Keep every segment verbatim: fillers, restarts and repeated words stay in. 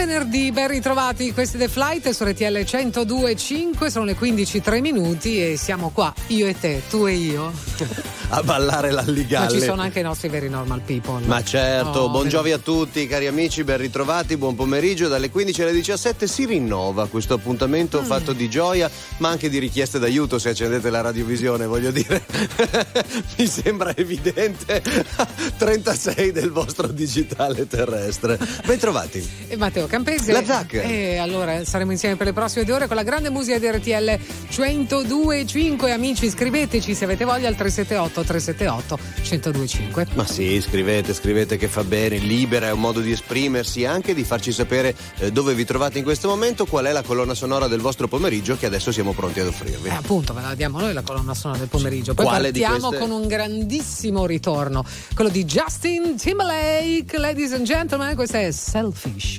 venerdì, ben ritrovati, questi The Flight su R T L centodue e cinque, sono le quindici e tre minuti e siamo qua, io e te, tu e io. A ballare l'alligalle. Ma ci sono anche i nostri veri normal people. Ma certo, oh, buongiovi a tutti cari amici, ben ritrovati, buon pomeriggio. Dalle quindici alle diciassette si rinnova questo appuntamento mm. fatto di gioia, ma anche di richieste d'aiuto se accendete la radiovisione, voglio dire. Mi sembra evidente. trentasei del vostro digitale terrestre. Ben trovati. E Matteo Campese. La Zac. E allora saremo insieme per le prossime due ore con la grande musica di R T L centodue e cinque. Amici, scriveteci se avete voglia al tre sette otto tre sette otto centodue e cinque. Ma sì, scrivete, scrivete che fa bene, libera, è un modo di esprimersi, anche di farci sapere eh, dove vi trovate in questo momento, qual è la colonna sonora del vostro pomeriggio che adesso siamo pronti ad offrirvi. Eh, appunto, ve la diamo noi la colonna sonora del pomeriggio. Poi Quale partiamo di queste? Con un grandissimo ritorno, quello di Justin Timberlake, ladies and gentlemen, questa è Selfish.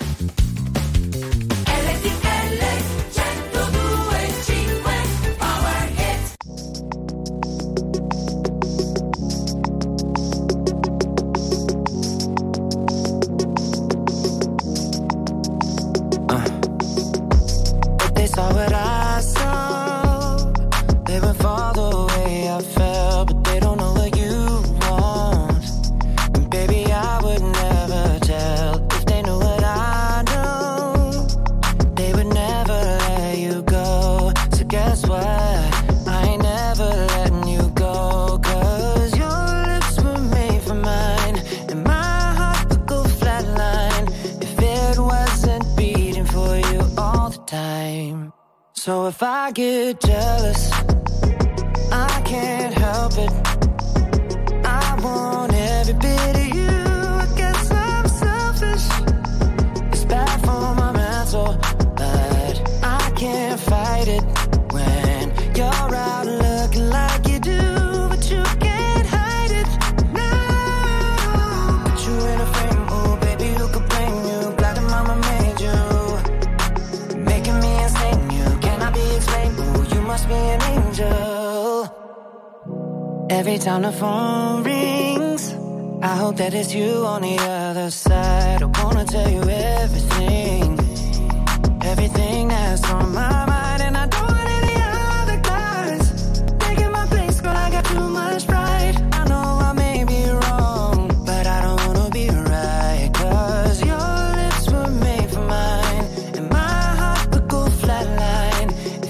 So if I get jealous, I can't help it. I want every bit of you. I guess I'm selfish. It's bad for my mental, but I can't fight it when you're out looking like you do, but you can't hide it. No, put you in a frame, oh baby, who could blame you? Glad that mama made you, making me insane. Ooh, you must be an angel. Every time the phone rings, I hope that it's you on the other side. I wanna tell you everything, everything that's on my mind. And I don't want any other guys taking my place, but I got too much pride. I know I may be wrong, but I don't wanna be right, 'cause your lips were made for mine, and my heart would go flatline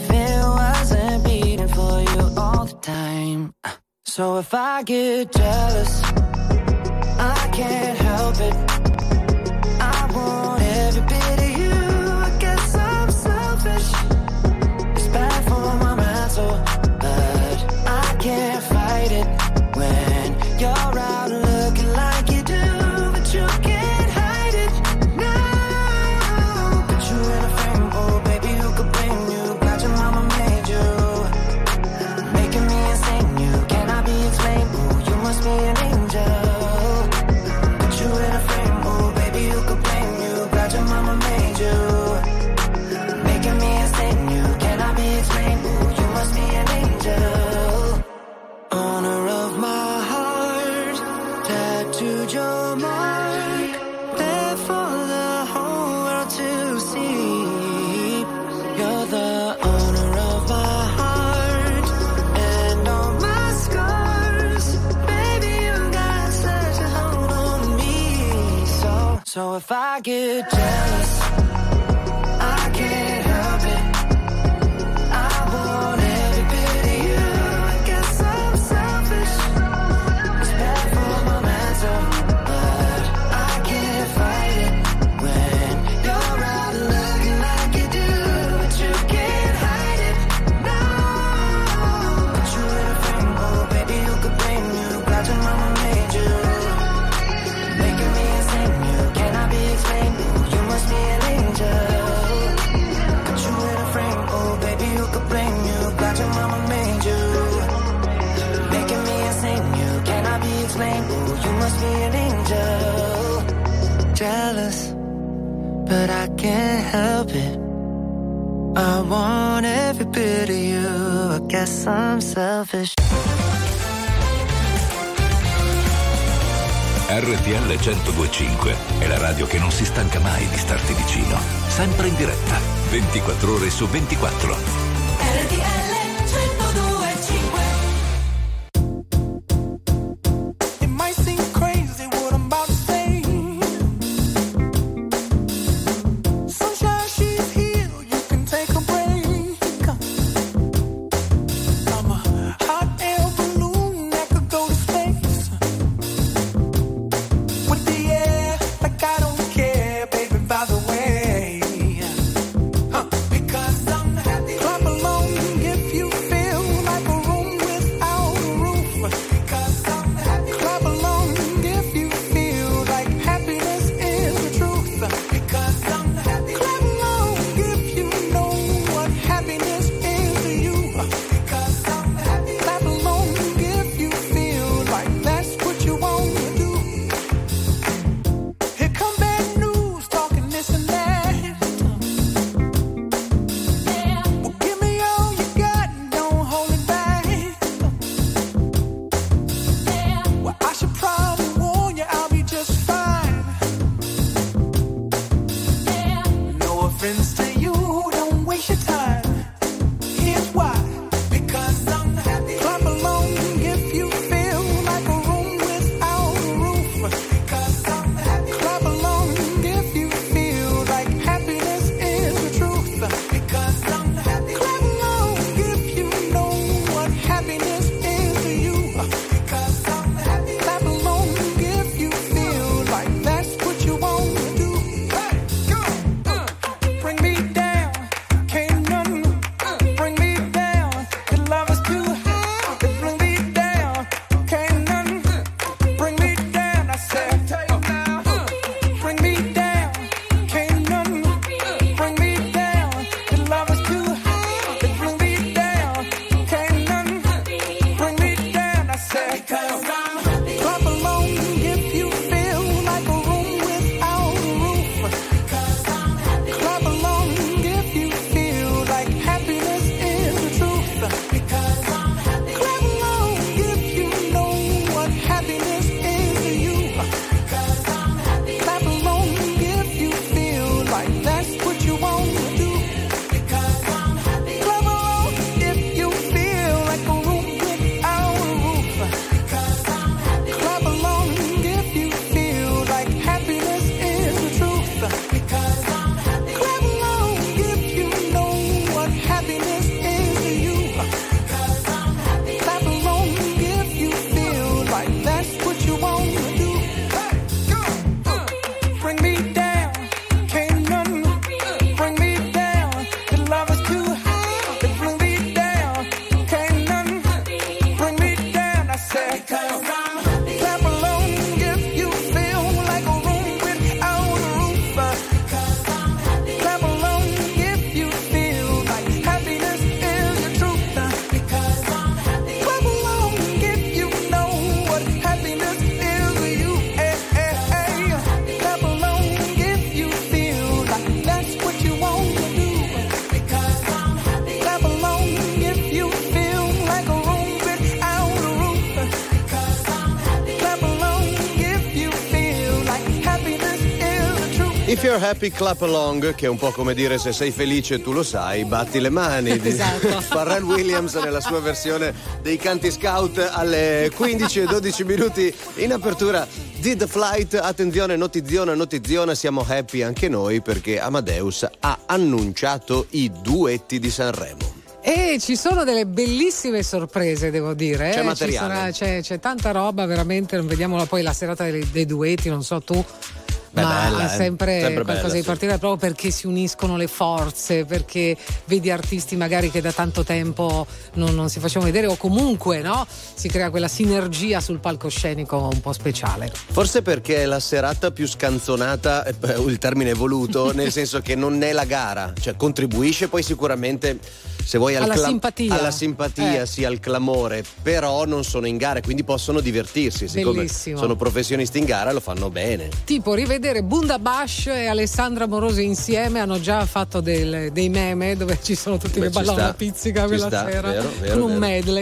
for you all the time. So if I get jealous, I can't help it. I want every bit of you. I guess I'm selfish. It's bad for my mental, but I can't fight it when you're out looking like you do, but you can't hide it. No, put you in a frame, oh baby, who could blame you? Glad your mama made you, be an angel. Put you in a frame, oh baby, who could blame you? Glad your mama made you, making me insane. You cannot be explained. Oh, you must be an angel. Owner of my heart, tattooed your mark, there for the whole world to see. You're the owner of my heart and all my scars. So if I get jealous, I can't help it. I want every bit of you. I guess I'm selfish. It's bad for my mental, but I can't fight it when you're out looking like you do, but you can't hide it. No, put you in a frame, oh baby, who could blame you? Glad your mama made you, making me insane. You must be an angel. Put you in a frame, oh baby, who could blame you? Glad your mama made you, making me insane. You cannot be explained. Oh, you must be an angel. Jealous, but I can't help it. I want every bit of you. I guess I'm selfish. R T L centodue e cinque è la radio che non si stanca mai di starti vicino, sempre in diretta, ventiquattro ore su ventiquattro. R T L centodue e cinque. It might seem crazy what I'm about to say. Sunshine, she's here, you can take a break. I'm a hot air balloon that could go to space. With the air, like I don't care, baby, by the way. Huh. Because I'm happy. Clap along if you feel like a room without a roof. Because I'm happy. Clap along if you feel like happiness is the truth. Because I'm happy. Clap along if you know what happiness is to you. Because I'm happy. Clap along if you feel like that's what you want to do. Here come bad news, talking this and that. Well, give me all you got and don't hold it back. Well, I should probably warn you, I'll be just fine. No offense to you, don't waste your time. Here's why. Because I'm happy. Clap along if you feel like a room without a roof. Because I'm happy. Clap along if you feel like happiness is the truth. Because I'm happy. Clap along if you know what happiness is to you. Because I'm happy. Clap along if you feel like that's what you want to do. Hey, go, uh, bring me down, can't none bring me down. Your love is too high, bring me down, can't none bring me down. I said, bring me down, can't none bring me down. Your love is too high, bring me down, can't none bring me down. I said, because I'm happy. Clap along if you feel like a room without a roof. Because I'm happy. Clap along if you feel like happiness is the truth. Because I'm happy. Clap along if you know what happiness is to you. Because I'm happy. Clap along if you feel like that's what you want to do. Because I'm happy. Clap along if you feel like a room without a roof. Because I'm happy. Clap along if you feel like happiness is the truth. Because I'm happy. Clap along if you know what happiness is to you. Because I'm happy. Clap along if you feel like that's what you want to do. Hey, go, uh, bring me down, can't none bring me down. Your love is too high, bring me down, can't none bring me down. I said, because I'm happy. Clap along if you feel like a room without a roof. Because I'm happy. Clap along if you feel like happiness is the truth. Because I'm happy. Clap along if you know what happiness is to you. Hey, hey, hey. Clap along if you feel like that's what you want to do. Because I'm happy. Clap along if you feel like a room without a roof. Because I'm happy. Clap along if you feel like happiness is the truth. If you're happy, clap along, che è un po' come dire se sei felice tu lo sai, batti le mani. Di Esatto. Pharrell Williams nella sua versione dei canti scout alle quindici e dodici minuti in apertura di The Flight. Attenzione, notiziona, notiziona, siamo happy anche noi perché Amadeus ha annunciato i duetti di Sanremo. E ci sono delle bellissime sorprese, devo dire. C'è eh. materiale. Ci sarà- c'è, c'è tanta roba, veramente. Non vediamo poi la serata dei, dei duetti, non so tu. Beh, ma bella, ha eh. sempre, Sempre qualcosa bella, di sì. particolare, proprio perché si uniscono le forze, perché vedi artisti magari che da tanto tempo non, non si facevano vedere, o comunque no, si crea quella sinergia sul palcoscenico un po' speciale. Forse perché è la serata più scanzonata, eh, il termine è voluto, nel senso che non è la gara, cioè contribuisce poi sicuramente, se vuoi, al Alla cla- simpatia. alla simpatia, Eh. sì, al clamore, però non sono in gara, quindi possono divertirsi, siccome Bellissimo. sono professionisti in gara lo fanno bene. Tipo rivedere Bundabash e Alessandra Morosi insieme hanno già fatto del- dei meme dove ci sono tutti Beh, che ci ballano sta, la pizzica ci quella sta, sera vero, vero, con un vero. medley.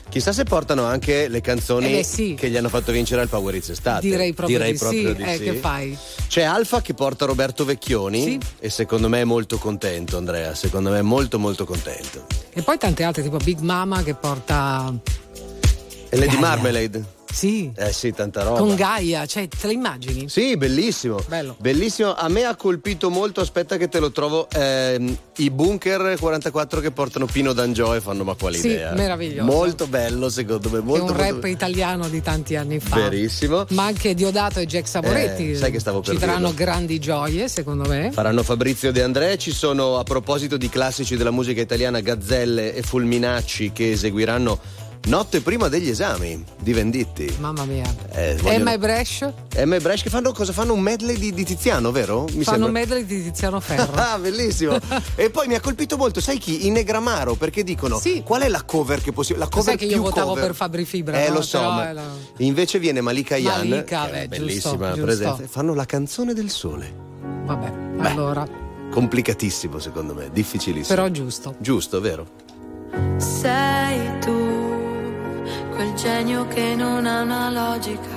Chissà se portano anche le canzoni eh beh, sì. che gli hanno fatto vincere al Power Hits Estate. Direi proprio Direi di proprio sì. di eh, sì. Che fai? C'è Alfa che porta Roberto Vecchioni sì. e secondo me è molto contento, Andrea, secondo me è molto molto contento. E poi tante altre tipo Big Mama che porta E Lady Gaia. Marmalade. Sì. Eh sì, tanta roba. Con Gaia, cioè te la immagini? Sì, bellissimo. Bello. Bellissimo. A me ha colpito molto, aspetta che te lo trovo, ehm, i Bunker quarantaquattro che portano Pino D'Angio e fanno ma quale Sì, idea. meraviglioso. Molto bello secondo me. Molto, È un molto rap italiano di tanti anni fa. Verissimo. Ma anche Diodato e Jack Savoretti Eh, sai che stavo per ci daranno dirlo. grandi gioie, secondo me. Faranno Fabrizio De André. Ci sono, a proposito di classici della musica italiana, Gazzelle e Fulminacci che eseguiranno notte prima degli esami di Venditti. Mamma mia. Eh, vogliono- Emma e Brescia Emma e Brescia che fanno cosa? Fanno un medley di, di Tiziano, vero? Mi fanno sembra. medley di Tiziano Ferro. Ah, bellissimo. E poi mi ha colpito molto, sai chi? I Negramaro, perché dicono Sì. qual è la cover che possiamo. La Lo cover sai che io più votavo cover. per Fabri Fibra, Eh, no? lo so, Però ma è la- invece viene Malika Yan, Malika, che è beh, bellissima giusto, presenza. giusto. Fanno la canzone del sole. Vabbè, Beh. allora, Complicatissimo secondo me, difficilissimo. però giusto. Giusto, vero? Sei tu, quel genio che non ha una logica.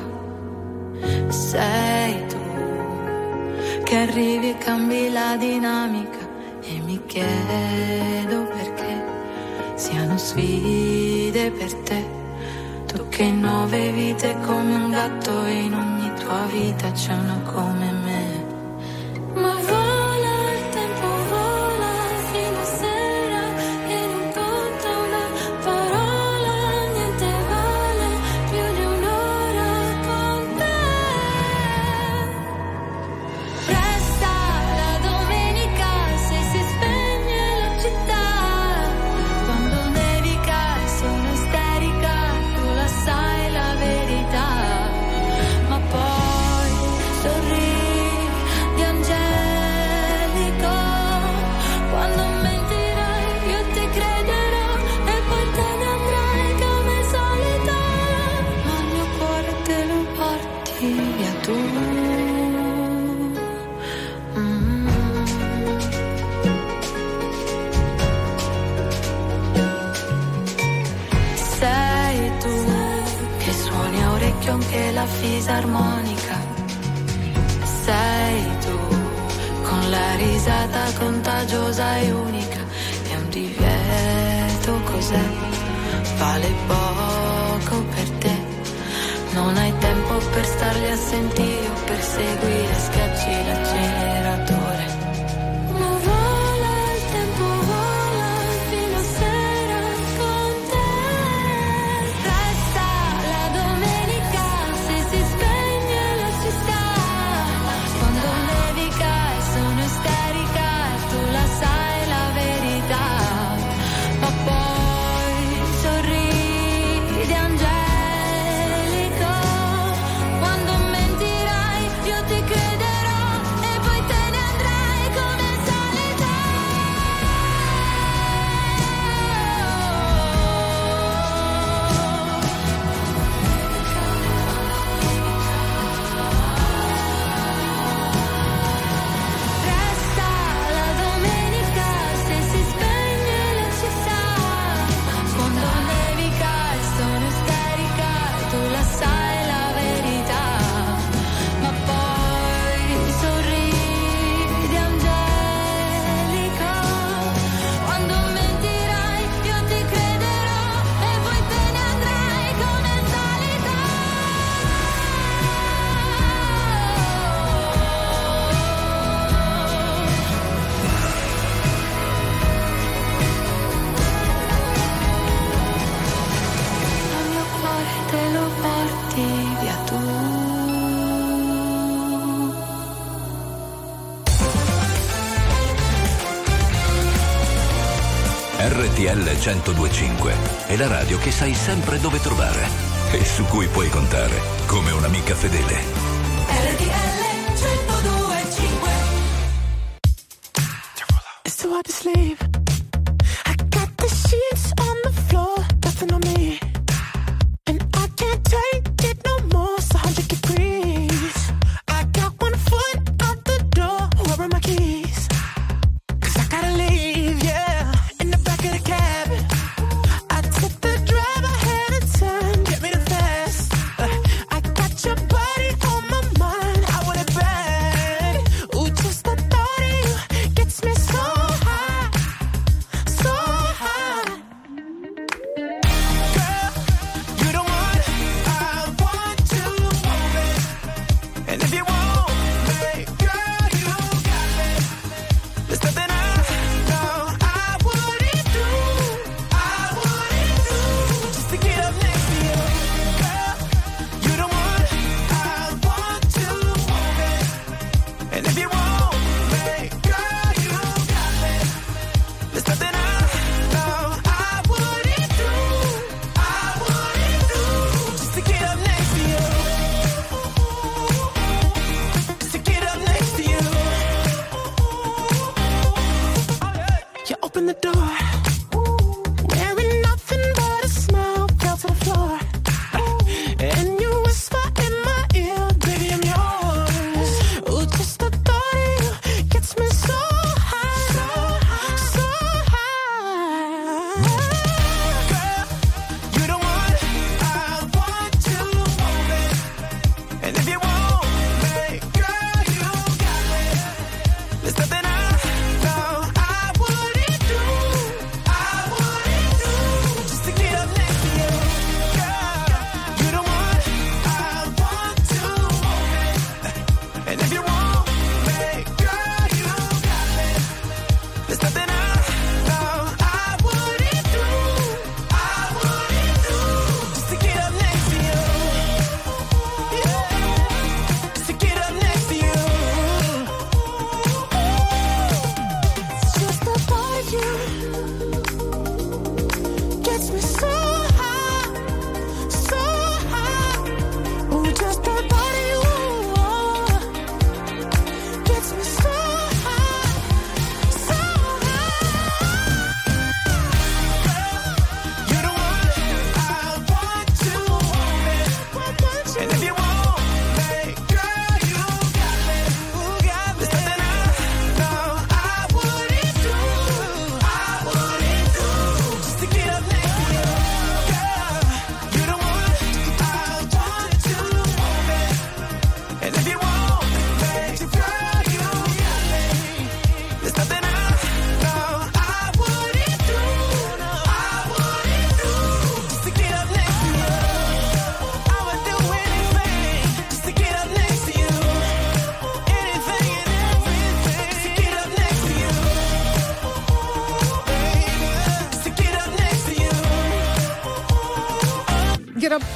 Sei tu, che arrivi e cambi la dinamica. E mi chiedo perché siano sfide per te. Tu che in nove vite come un gatto e in ogni tua vita c'è una come me. Ma vola il tempo, vola fino a sera e non conta una parola, niente vale più di un'ora con te. Resta la domenica se si spegne la città, quando nevica e sono isterica, tu la sai la verità, ma poi sorridi angelico, quando mentirai io ti crederò e poi te ne andrai come solita, ma il mio cuore te lo porti via tu. Mm. Sei tu che suoni a orecchio anche la fisarmonica. Sei tu con la risata contagiosa e unica. È un divieto, cos'è? Vale poco per te. Non hai tempo per starli a sentire o per seguire, schiacci l'acceleratore. Ma vola il tempo, vola fino a sera con te. Resta la domenica se si spegne la città, quando nevica e sono isterica e tu la sai la verità, ma poi sorridi angelico, quando mentirai io ti crederò e poi te ne andrai come solita. Resta la domenica se si spegne la città, quando nevica e sono isterica e tu la sai la verità, ma poi sorridi angelico, quando mentirai io ti crederò e poi te ne andrai come solita. Il mio cuore te lo porti via tu. R T L centodue e cinque è la radio che sai sempre dove trovare e su cui puoi contare come un'amica fedele. R T L centodue e cinque. It's too hard to sleep. I got the sheets on the floor, nothing on me. And I can't take it no more, it's one hundred degrees. I got one foot out the door, where are my keys? Cause I gotta leave, yeah, in the back of the cab. I took the drive, I had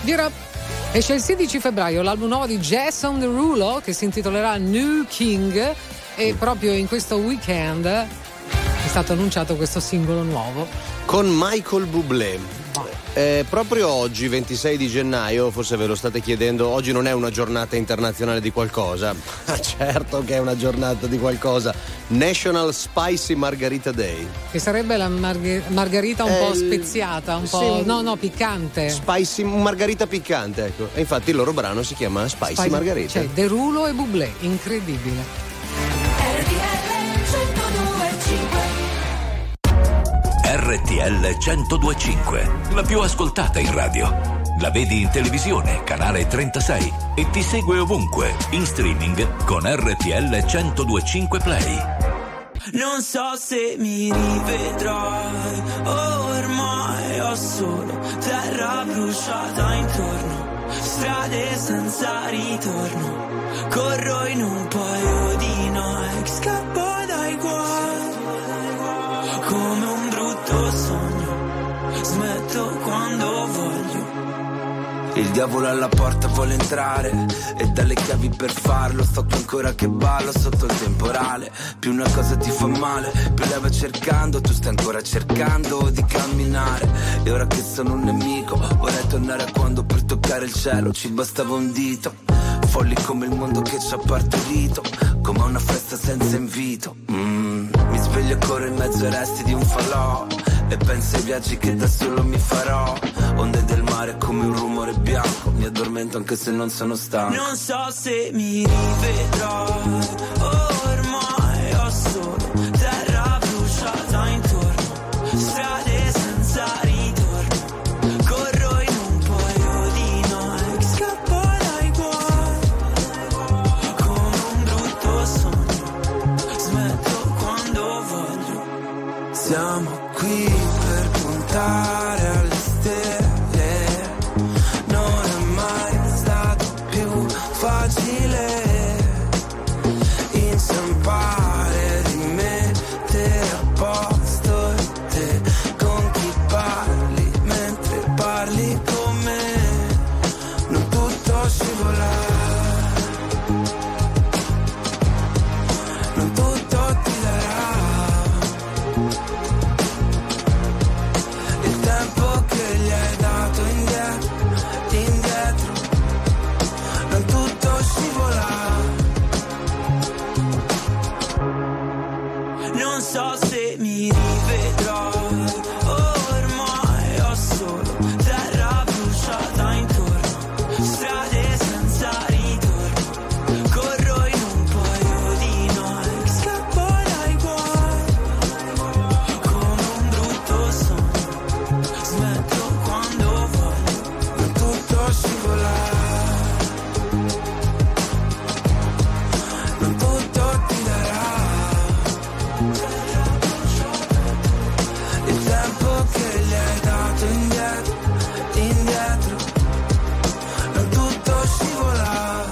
Get Up. Esce il sedici febbraio l'album nuovo di Jason Derulo che si intitolerà New King e proprio in questo weekend è stato annunciato questo singolo nuovo con Michael Bublé. Eh, proprio oggi, ventisei di gennaio, forse ve lo state chiedendo, oggi non è una giornata internazionale di qualcosa? Certo che è una giornata di qualcosa. National Spicy Margarita Day. Che sarebbe la marghe- margarita un eh, po' speziata, un sì, po' no no piccante. Spicy margarita piccante, ecco. E infatti il loro brano si chiama Spicy, Spicy Margarita. Cioè Derulo e Bublé, incredibile. R T L centodue e cinque, la più ascoltata in radio. La vedi in televisione, canale trentasei e ti segue ovunque, in streaming con R T L centodue e cinque Play. Non so se mi rivedrai, ormai ho solo terra bruciata intorno, strade senza ritorno, corro in un paio di Nike, scappo dai guai, come un brutto sogno, smetto quando voglio. Il diavolo alla porta vuole entrare e dalle chiavi per farlo, sto qui ancora che ballo sotto il temporale. Più una cosa ti fa male, più la vai cercando, tu stai ancora cercando di camminare. E ora che sono un nemico vorrei tornare a quando per toccare il cielo ci bastava un dito. Folli come il mondo che ci ha partorito, come una festa senza invito. mm. Mi sveglio e corro in mezzo ai resti di un falò e penso ai viaggi che da solo mi farò. Onde del mare come un rumore bianco, mi addormento anche se non sono stanco. Non so se mi rivedrai, ormai ho solo terra bruciata intorno, strade senza ritorno, corro in un paio di Nike, scappo dai guai, come un brutto sogno, smetto quando voglio. Siamo qui per puntare alle stelle, non è mai stato più facile inciampare, rimettere a posto te con chi parli mentre parli con me, non tutto scivola, non tutto ti darà il tempo che gli hai dato indietro, indietro, non tutto scivola. Non so se mi rivedrai, ormai ho solo terra bruciata intorno, strade senza ritorno, corro in un paio di Nike, scappo dai guai, come un brutto sogno, smetto quando voglio, non tutto scivola, non tutto ti darà il tempo che gli hai dato indietro, indietro, non tutto scivola.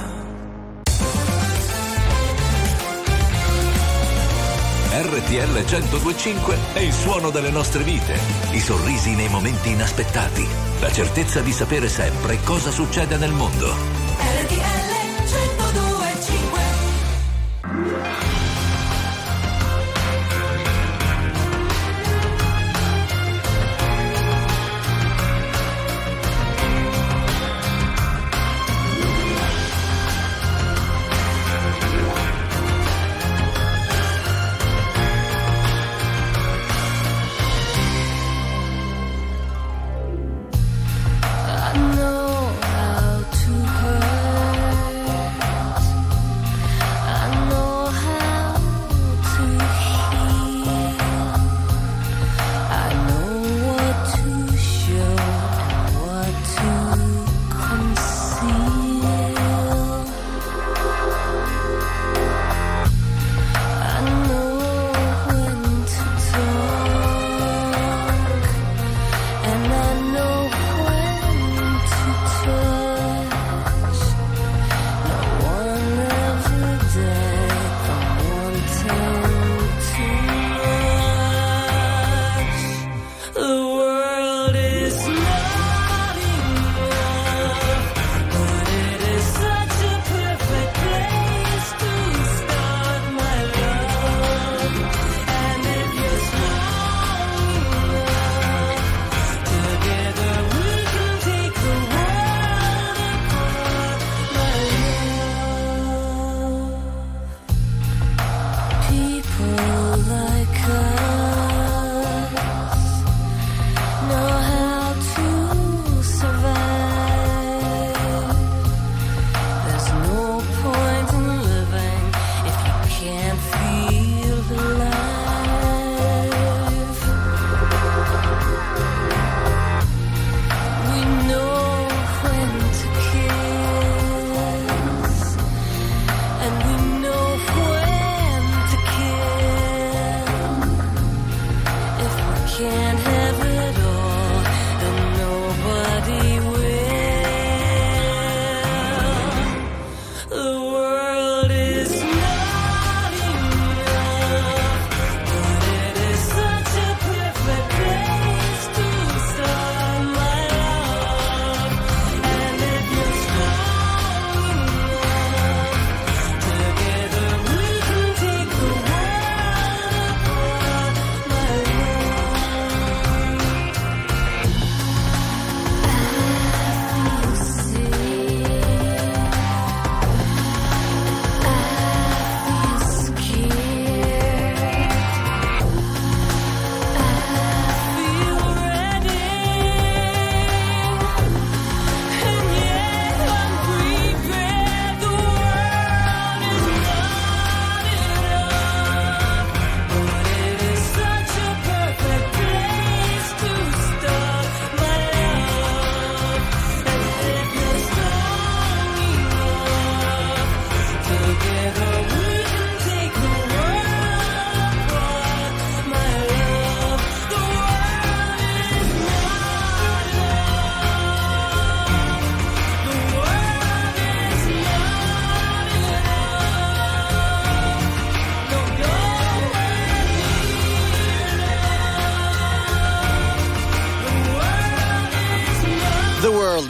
R T L centodue e cinque è il suono delle nostre vite, i sorrisi nei momenti inaspettati, la certezza di sapere sempre cosa succede nel mondo. R T L centodue e cinque. I know how to hurt.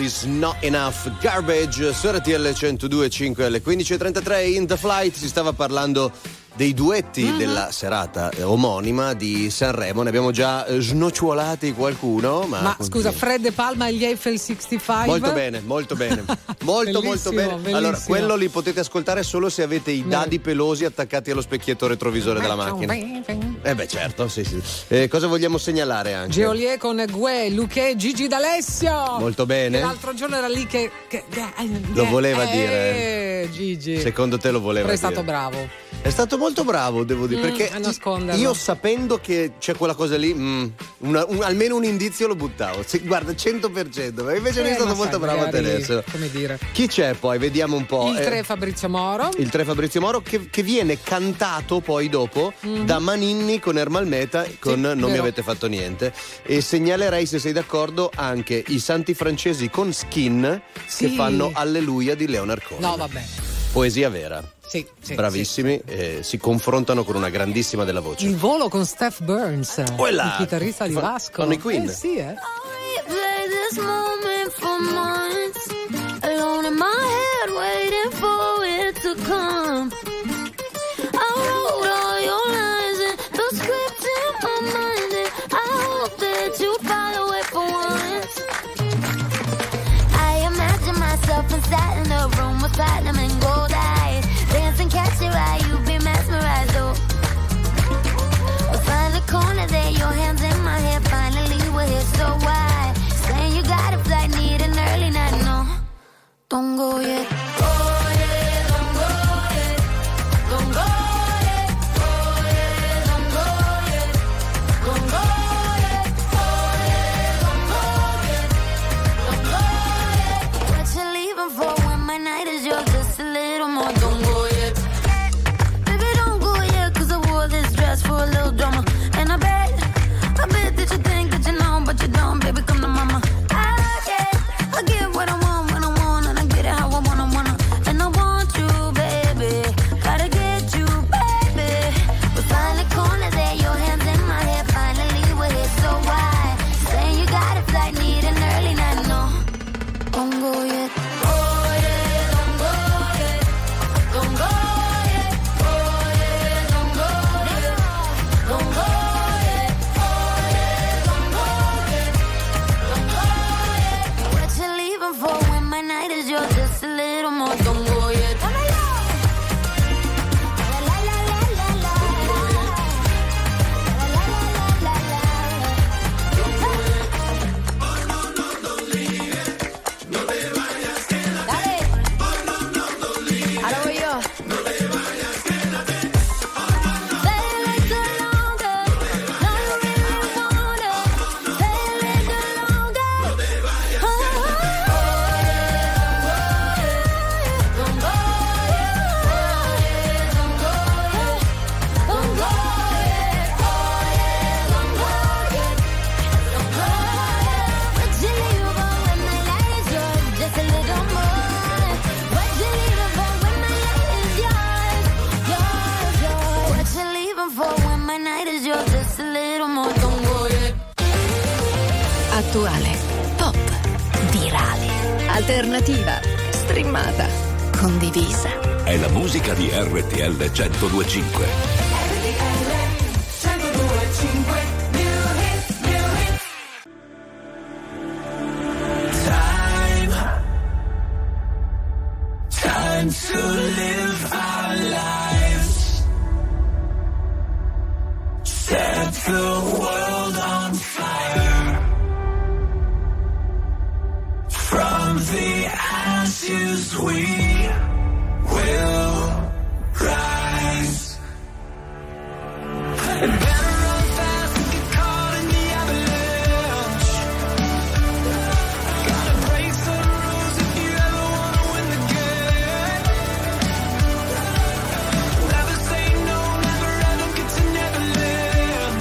Is Not Enough Garbage su R T L centodue e cinque alle quindici e trentatré. In The Flight si stava parlando dei duetti mm-hmm. della serata eh, omonima di Sanremo. Ne abbiamo già eh, snocciolati qualcuno. Ma, ma scusa, Fred De Palma e gli Eiffel sessantacinque? Molto bene, molto bene. Molto molto bene. Bellissimo. Allora, quello li potete ascoltare solo se avete i dadi pelosi attaccati allo specchietto retrovisore della macchina. Eh beh, certo, sì, sì. Eh, cosa vogliamo segnalare anche? Geolier con Gue, Luque, Gigi D'Alessio. Molto bene. Che l'altro giorno era lì che, che lo voleva eh, dire. Gigi. Secondo te lo voleva Però è dire? È stato bravo. È stato molto bravo, devo dire, mm, perché a nasconderlo. Io sapendo che c'è quella cosa lì, mm, una, un, almeno un indizio lo buttavo. Se, guarda, cento per cento, ma invece eh, lui è stato molto sai, bravo a tenerselo. Come dire. Chi c'è poi? Vediamo un po'. Il tre eh, Fabrizio Moro. Il tre Fabrizio Moro che, che viene cantato poi dopo mm. da Maninni con Ermalmeta con sì, Non vero. Mi avete fatto niente. E segnalerei, se sei d'accordo, anche i Santi Francesi con Skin sì. che fanno Alleluia di Leonard Cohen. No, vabbè. Poesia vera. Sì, sì, bravissimi, sì. Eh, si confrontano con una grandissima della voce. Il volo con Steph Burns, Quella, il chitarrista di Vasco. Con i Queen. Eh sì, eh. Inside in the room with platinum and gold eyes, dance and catch your eye, you've been mesmerized. Oh, we'll find the corner there, your hands in my hair. Finally we're here, so why? Saying you got a flight, need an early night. No, don't go yet. Oh yeah, don't go yet. Don't go yet. Oh yeah, don't go yet. Don't go yet. Oh yeah, don't go yet. Don't go yet. What you leaving for when my night is yours? Just a little more. Don't go yet. Baby, don't go yet, 'cause I wore this dress for a little drama. And I bet, I bet that you think that you know, but you don't. Baby, come to mama. I get, I get what I want when I want, and I get it how I wanna, wanna. And I want you, baby. Gotta get you, baby. We find the corner there, your hands in my hair. Finally we're here, so why? Saying you got a flight, need an early night. No, don't go yet. Oh yeah, don't go yet. Don't go yet. Oh yeah, don't go yet. Don't go yet. Oh yeah, don't go yet. Don't go yet. What you leaving for when my night is yours? Just a little more. Don't go yet. La la la la la la. La la la la la la. Don't go yet. Oh no no don't leave. No te vayas, quédate. Oh no no don't leave. Ahora voy yo. No te vayas, quédate. Stay a little longer. No, you really want it. Stay a little longer. No te vayas. Oh yeah, don't go yet. Don't go yet. Don't go yet. Oh yeah, don't go yet. Don't go yet. What you leaving for when my light is yours? Just a little more. What you leaving for when my light is yours? Yours, yours. What you leaving for when my night is yours? Just a little more. Don't go yet. Attuale, pop, virale, alternativa, streamata, condivisa. È la musica di R T L centodue e cinque. Time, time to live our lives. Set the world on fire. From the ashes we will rise. And better run fast and get caught in the avalanche. Gotta break some rules if you ever wanna win the game. Never say no, never ever get to Neverland.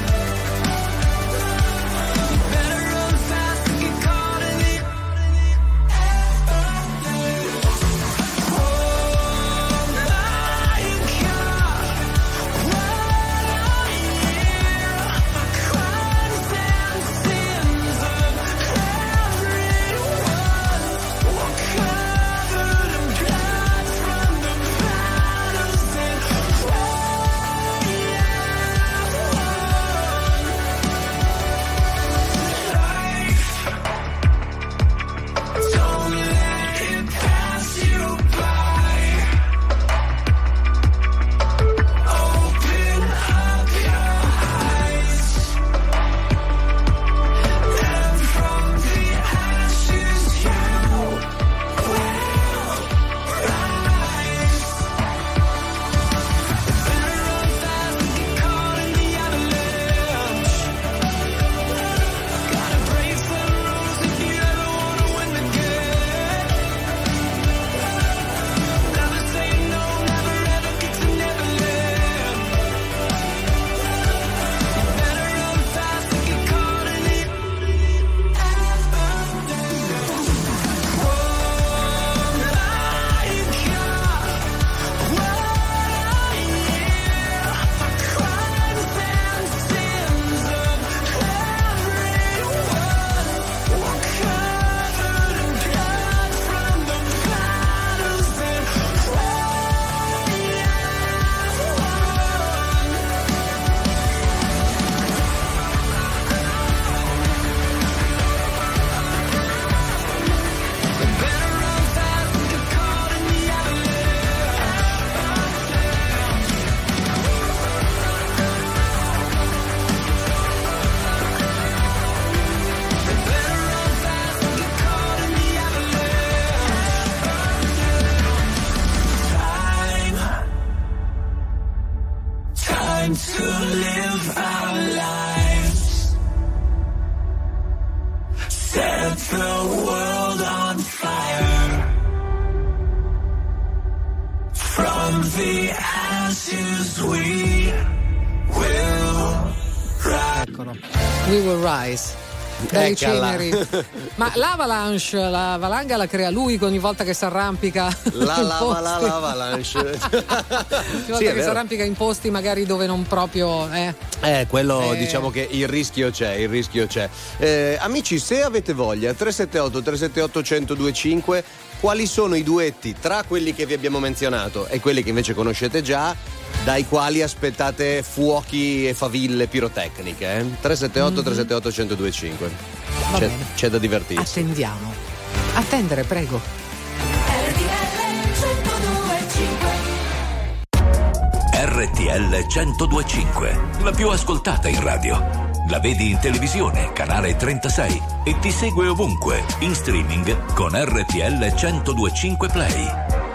Better run fast and get caught in the avalanche. Oh, the ashes we will rise. Eccolo. We will rise. Dalle ceneri. Ma l'avalanche, la valanga la crea lui ogni volta che si arrampica. La lava la l'avalanche. Ogni volta sì, che si arrampica in posti magari dove non proprio. Eh, eh quello eh. diciamo che il rischio c'è, il rischio c'è. Eh, amici, se avete voglia, tre sette otto tre sette otto uno zero due cinque, quali sono i duetti tra quelli che vi abbiamo menzionato e quelli che invece conoscete già, dai quali aspettate fuochi e faville pirotecniche? Eh? tre sette otto tre sette otto uno zero due cinque. C'è, c'è da divertirsi. Attendiamo. Attendere, prego. R T L centodue e cinque, la più ascoltata in radio. La vedi in televisione, canale trentasei, e ti segue ovunque, in streaming con R T L centodue e cinque Play.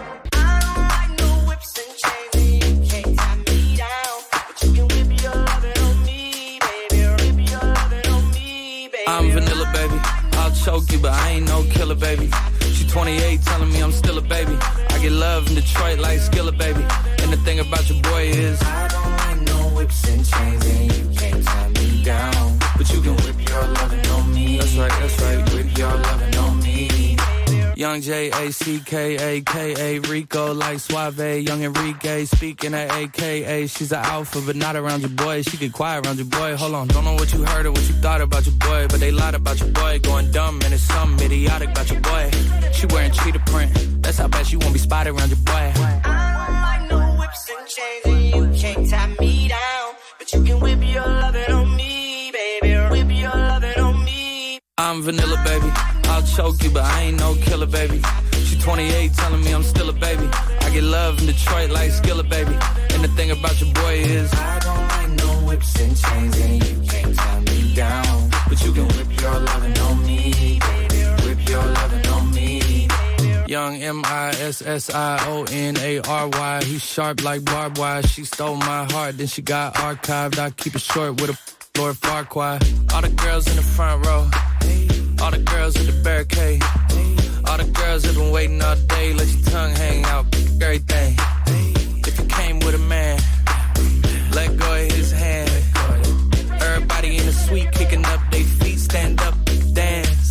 I'm vanilla, baby. I'll choke you, but I ain't no killer, baby. She twenty-eight, telling me I'm still a baby. I get love in Detroit like Skillet, baby. And the thing about your boy is I don't like no whips and chains, and you can't tie me down. But you can whip your lovin' on me. That's right, that's right, whip your lovin' on me. Young J A C K A K A Rico like Suave, young Enrique speaking at A K A. She's an alpha but not around your boy. She get quiet around your boy. Hold on, don't know what you heard or what you thought about your boy, but they lied about your boy. Going dumb and it's something idiotic about your boy. She wearing cheetah print. That's how bad she won't be spotted around your boy. I don't like no whips and chains, and you can't tie me down. But you can whip your lovin' on me, baby. Whip your lovin' on me. I'm vanilla, baby. I'll choke you, but I ain't no killer, baby. She twenty-eight, telling me I'm still a baby. I get love in Detroit like Skillet, baby. And the thing about your boy is I don't like no whips and chains, and you can't tie me down. But you can whip your lovin' on me, baby. Whip your lovin' on me. Young M I S S I O N A R Y. He's sharp like barbed wire. She stole my heart, then she got archived. I keep it short with a Lord Farquaad. All the girls in the front row, all the girls with the barricade, all the girls have been waiting all day. Let your tongue hang out, everything. If you came with a man, let go of his hand. Everybody in the suite kicking up their feet, stand up, dance.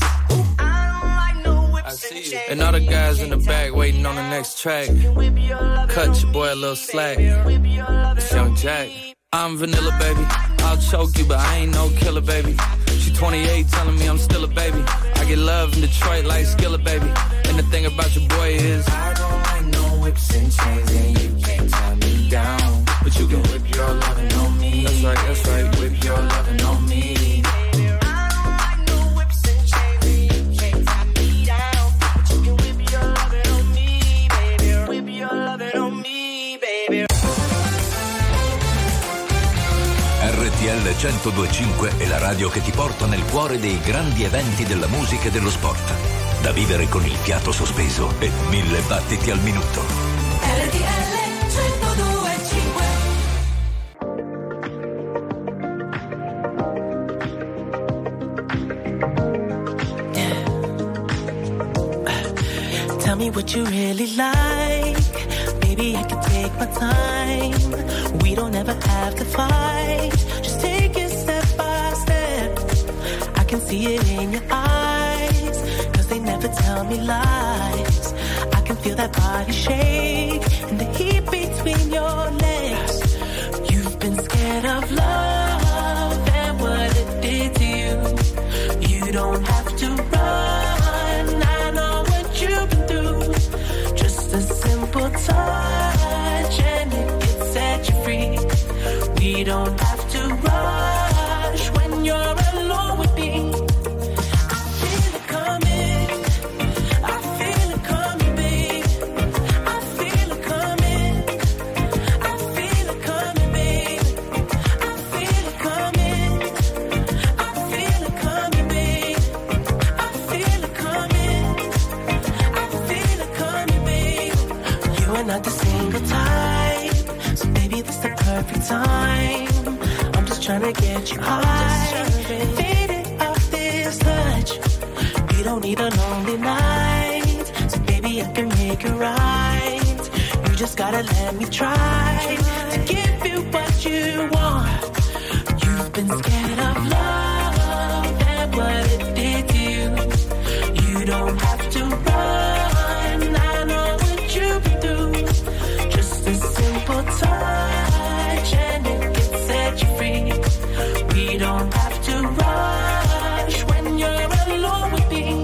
I see you. And all the guys in the back waiting on the next track. Cut your boy a little slack. It's Young Jack. I'm vanilla, baby. I'll choke you, but I ain't no killer, baby. She twenty-eight, telling me I'm still a baby. I get love in Detroit like Skillet, baby. And the thing about your boy is I don't like no whips and chains, and you can't tie me down. But you can whip your lovin' on me. That's right, that's right, whip your lovin' on me. R T L centodue e cinque è la radio che ti porta nel cuore dei grandi eventi della musica e dello sport. Da vivere con il fiato sospeso e mille battiti al minuto. R T L centodue e cinque. Tell me what you really like. Baby, I can take my time. We don't ever have to fight. Just take it step by step. I can see it in your eyes, 'cause they never tell me lies. I can feel that body shake and the heat between your legs. You've been scared of love and what it did to you. You don't have to run. I know what you've been through. Just a simple touch and it can set you free. We don't have to rush when you're alone with me. I feel it coming, I feel it coming, babe. I feel it coming, I feel it coming, babe. I feel it coming, I feel it coming, babe. I feel it coming, I feel it coming, babe. You are not the single type, so baby this the perfect time. I'm just trying to get you high, faded off this touch. We don't need a lonely night, so baby I can make it right. You You just gotta let me try to give you what you want. You've been scared of love and what it did to you. You don't have to run, I know what you've been through. Just a simple touch and it can set you free. We don't have to rush when you're alone with me.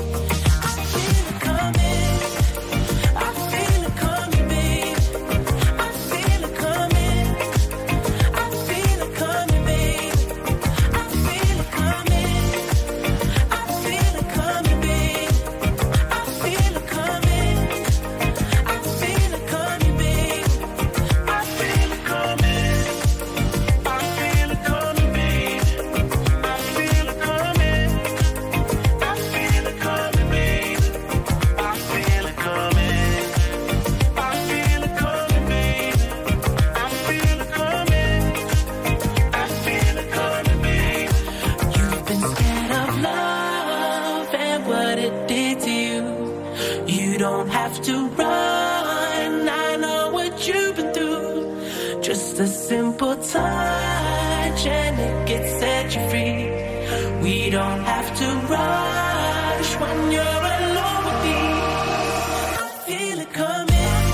A simple touch and it gets set you free. We don't have to rush when you're alone with me. I feel it coming.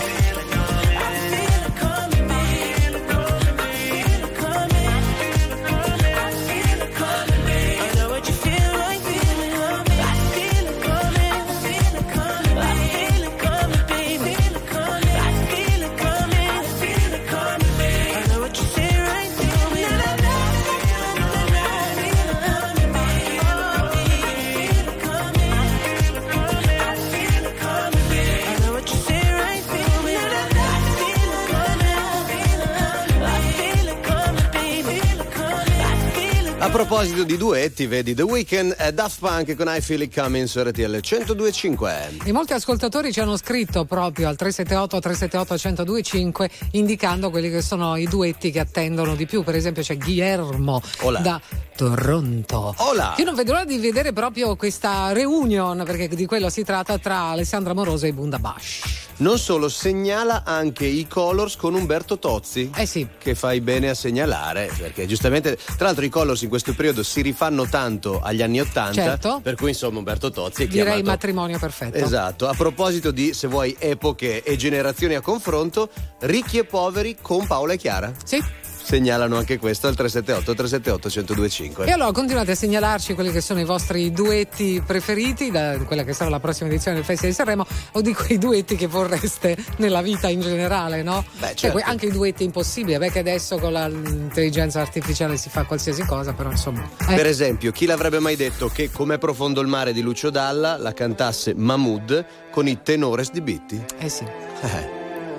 A proposito di duetti, vedi The Weeknd e Daft Punk con I Feel It Coming su R T L centodue e cinque. E molti ascoltatori ci hanno scritto proprio al tre sette otto tre sette otto centodue e cinque indicando quelli che sono i duetti che attendono di più. Per esempio c'è Guillermo Hola. da Toronto. Hola. Io non vedo l'ora di vedere proprio questa reunion, perché di quello si tratta, tra Alessandra Moroso e Bundabash. Non solo, segnala anche i Colors con Umberto Tozzi. Eh sì. Che fai bene a segnalare, perché giustamente, tra l'altro i Colors in questo periodo si rifanno tanto agli anni Ottanta, certo. Per cui insomma Umberto Tozzi è direi chiamato. matrimonio perfetto. Esatto. A proposito di, se vuoi, epoche e generazioni a confronto, Ricchi e Poveri con Paola e Chiara. Sì. Segnalano anche questo al tre sette otto tre sette otto centodue e cinque. E allora continuate a segnalarci quelli che sono i vostri duetti preferiti da quella che sarà la prossima edizione del Festival di Sanremo, o di quei duetti che vorreste nella vita in generale, no? Beh, certo. Cioè, que- anche i duetti impossibili, perché adesso con l'intelligenza artificiale si fa qualsiasi cosa, però insomma. Eh. Per esempio, chi l'avrebbe mai detto che Com'è profondo il mare di Lucio Dalla la cantasse Mahmood con i Tenores di Bitti? Eh sì. Eh.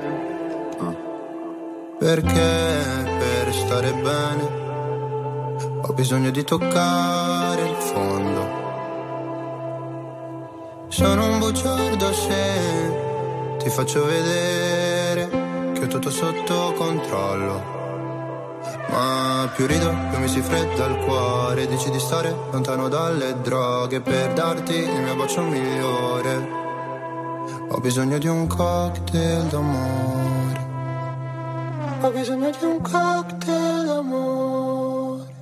Perché per stare bene ho bisogno di toccare il fondo. Sono un bugiardo se ti faccio vedere che ho tutto sotto controllo. Ma più rido, più mi si fredda il cuore. Dici di stare lontano dalle droghe per darti il mio bacio migliore. Ho bisogno di un cocktail d'amore. Ho bisogno di un cocktail d'amore.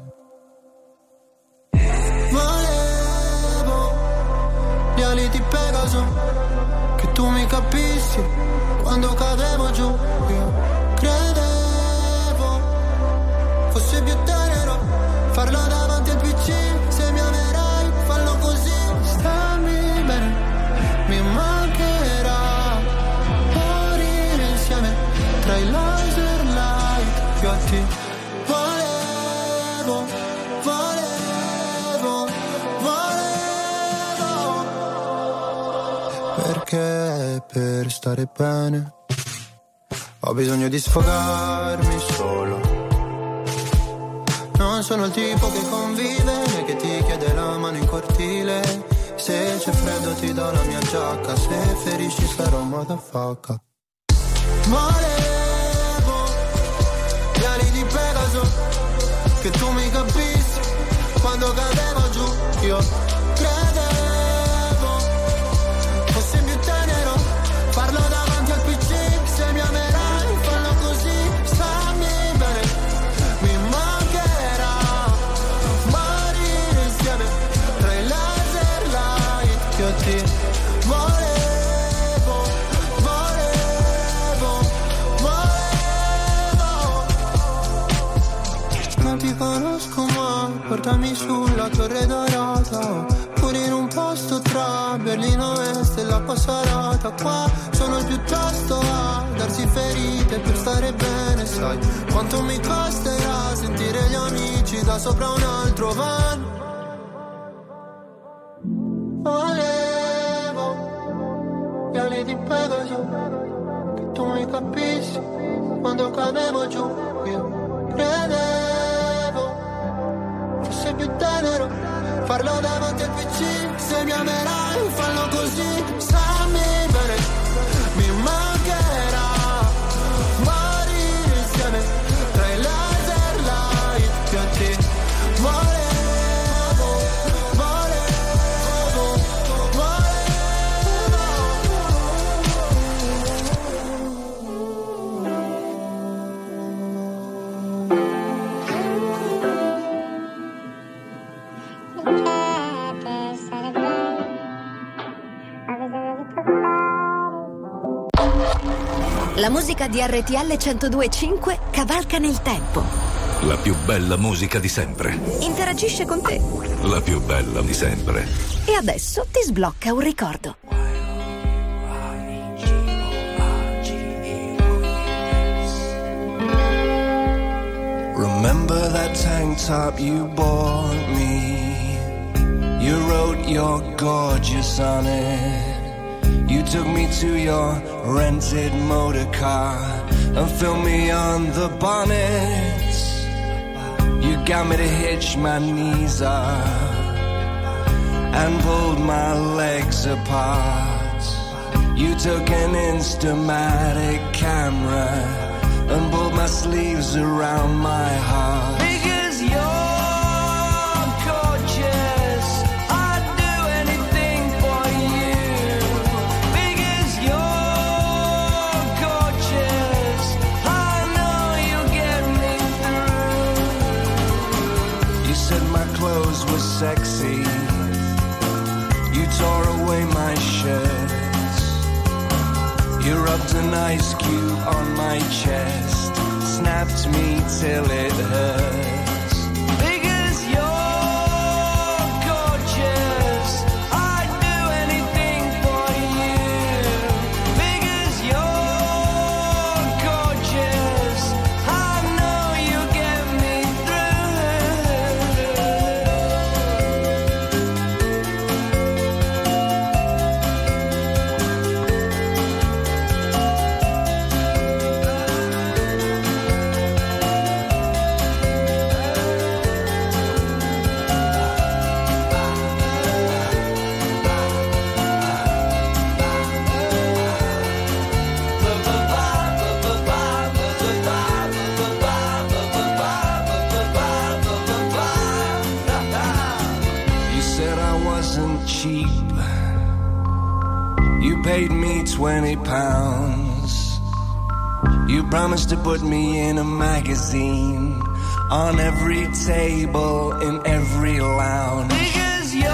Volevo gli ali di Pegaso, che tu mi capissi quando cadevo giù. Io credevo fosse più tenero farlo davanti al P C. Se mi amerai, fallo così. Stammi bene, mi mancherà morire insieme tra i laser. Io a te volevo, volevo, volevo. Perché per stare bene ho bisogno di sfogarmi solo. Non sono il tipo che convive né che ti chiede la mano in cortile. Se c'è freddo ti do la mia giacca, se ferisci sarò motherfucker. Volevo gli ali di Pegaso, che tu mi capissi quando cadevo giù. Io credevo fosse più tenero farlo davanti al P C. Se mi amerai Quanto mi costerà sentire gli amici da sopra un altro van? Volevo gli ali di Pegaso, che tu mi capissi quando cadevo giù. Io credevo fosse più tenero farlo davanti al P C. Se mi amerai fallo così, stammi bene, mi mancherà morire insieme tra i laser light pianti. Volevo, volevo, La musica di R T L centodue e cinque cavalca nel tempo. La più bella musica di sempre. Interagisce con te. La più bella di sempre. E adesso ti sblocca un ricordo. Remember that tank top you bought me? You wrote you're gorgeous on it. You took me to your rented motor car and filmed me on the bonnet. You got me to hitch my knees up and pulled my legs apart. You took an Instamatic camera and pulled my sleeves around my heart. Because you're gorgeous, I'd do anything for you. Because you're gorgeous, I know you'll get me through. You said my clothes were sexy. You tore away my shirt. You rubbed an ice cube on my chest, snapped me till it hurts. Because you're gorgeous, I'd do anything for you. Because you're gorgeous, I know you'll get me cheap. You paid me twenty pounds. You promised to put me in a magazine on every table in every lounge. Because you're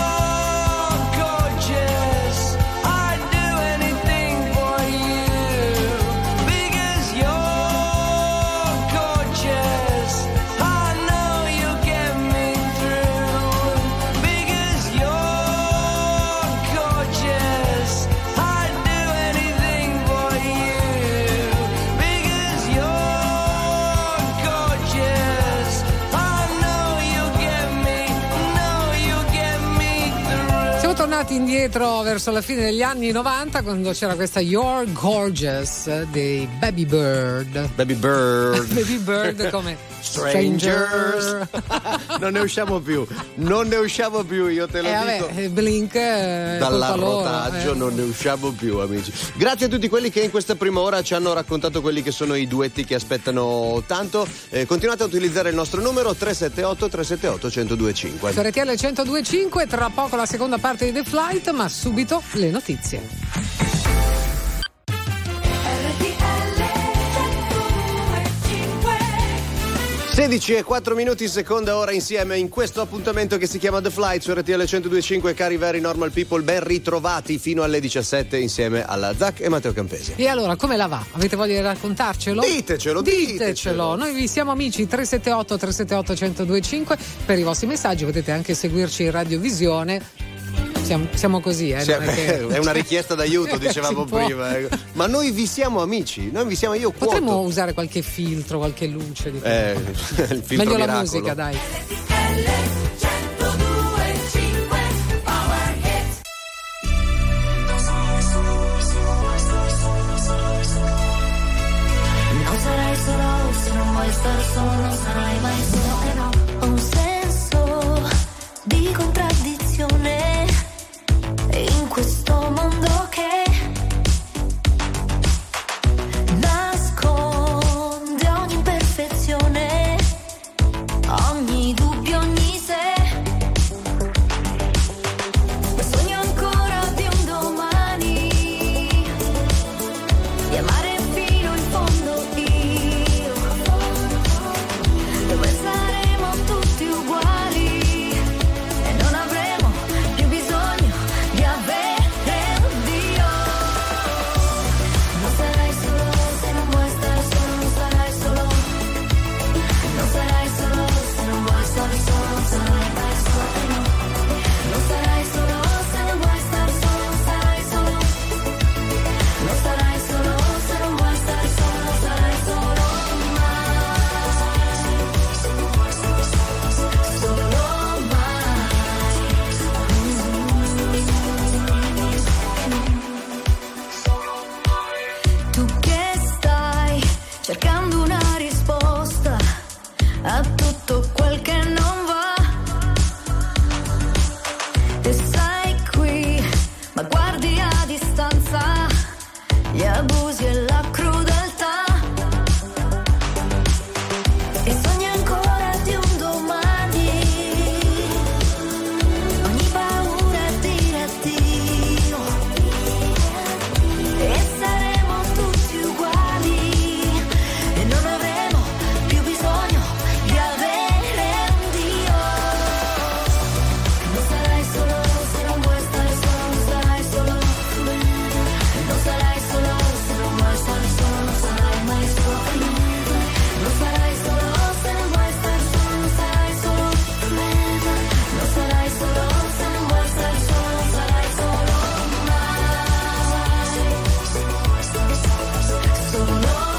gorgeous, I'd do anything for you. Because you're gorgeous, I know you'll get me through. Because you're gorgeous, I'd do anything for you. Because you're gorgeous, I know you'll get me, know you'll get me through. Siamo tornati indietro verso la fine degli anni novanta, quando c'era questa You're Gorgeous dei Baby Bird. Baby Bird. Baby Bird come Strangers. Non ne usciamo più, non ne usciamo più, io te lo eh, dico. Vabbè, Blink eh, Dall'arrotaggio eh. non ne usciamo più, amici. Grazie a tutti quelli che in questa prima ora ci hanno raccontato quelli che sono i duetti che aspettano tanto. Eh, continuate a utilizzare il nostro numero tre sette otto tre sette otto uno zero due cinque. Su R T L centodue e cinque, tra poco la seconda parte di The Flight, ma subito le notizie. sedici e quattro minuti, seconda ora insieme in questo appuntamento che si chiama The Flight su R T L centodue e cinque. Cari very normal people, ben ritrovati fino alle diciassette insieme alla Zac e Matteo Campesi. E allora, come la va? Avete voglia di raccontarcelo? Ditecelo, ditecelo. ditecelo. Noi vi siamo amici, tre sette otto tre sette otto uno zero due cinque per i vostri messaggi. Potete anche seguirci in radiovisione. siamo, siamo così, eh, Sì, non è, che... è una richiesta d'aiuto, dicevamo Si può. prima. Ecco. Ma noi vi siamo amici, noi vi siamo io quoto. Potremmo usare qualche filtro, qualche luce di Eh, il filtro meglio miracolo. la musica, dai. Non sarai solo se non vuoi stare solo, non sarai mai solo e no. Ho un senso di contraddizione in questo mondo che nasconde ogni imperfezione, ogni dubbio, ogni se. Sogno ancora di un domani, di amare fino in fondo io, dove saremo tutti uguali e non avremo più bisogno di avere un Dio. Non sarai solo se non vuoi stare solo, non sarai solo. Non sarai solo se non vuoi stare solo, non sarai mai solo e no. Non sarai solo se non vuoi stare solo, non sarai solo. Non sarai solo se non vuoi stare solo, non sarai solo mai. Solo mai. Tu che stai cercando una risposta a tutto quel che non va e sei qui, ma guardi a distanza gli abusi e la crudeltà e sogni ancora di un domani, ogni paura è dire addio e saremo tutti uguali e non avremo più bisogno di avere un Dio. Non sarai solo se non vuoi stare solo, non sarai solo. Non sarai solo se non vuoi stare solo, non sarai mai solo. Non sarai solo se non vuoi stare solo, non sarai solo. Non sarai solo se non vuoi stare solo, non sarai solo mai. Solo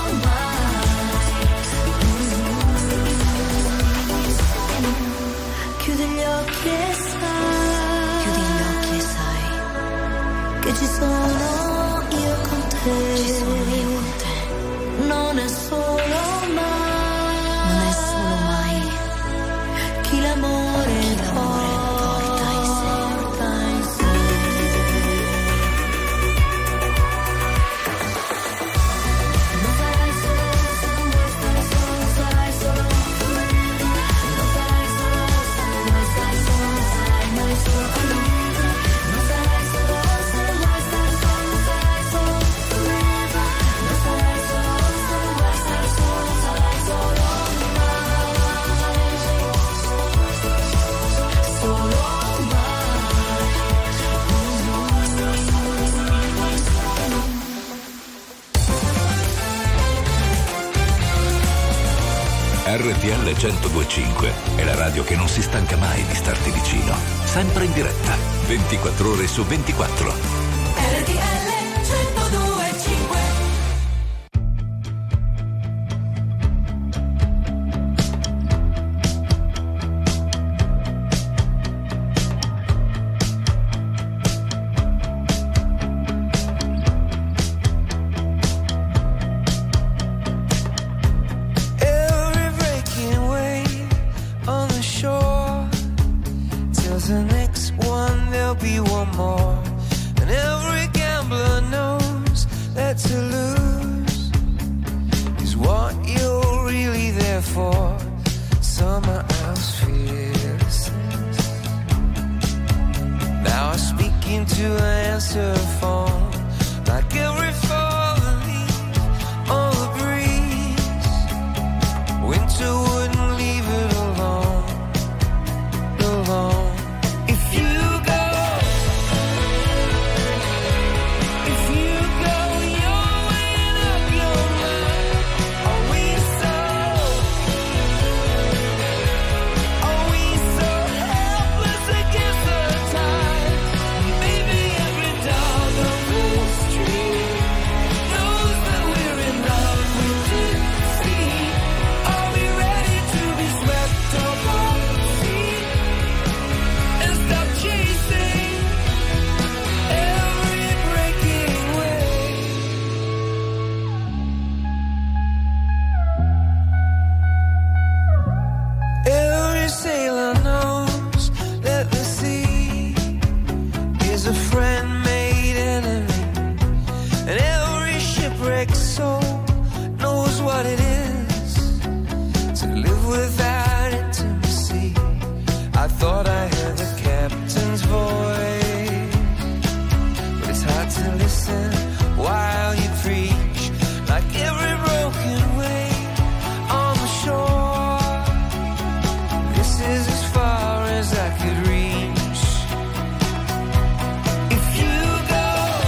mai. Chiudi gli occhi e sai, chiudi gli occhi e sai che ci sono io con te, ci sono io con te. Non è solo mai, non è solo mai chi l'amore, chi l'amore porta in sé, porta in sé. Non sarai solo se non vuoi stare solo, non sarai solo. Non sarai solo se non vuoi stare solo, non sarai mai solo. Non sarai solo se non vuoi stare solo, non sarai solo. Non sarai solo se non vuoi stare solo, non sarai solo mai. Solo R T L centodue e cinque è la radio che non si stanca mai di starti vicino, sempre in diretta, ventiquattro ore su ventiquattro. R T L centodue e cinque. Every breaking wave on the shore tells the next one there'll be one more. And break a soul knows what it is to live without intimacy. I thought I heard the captain's voice, but it's hard to listen while you preach, like every broken wave on the shore. This is as far as I could reach. If you go,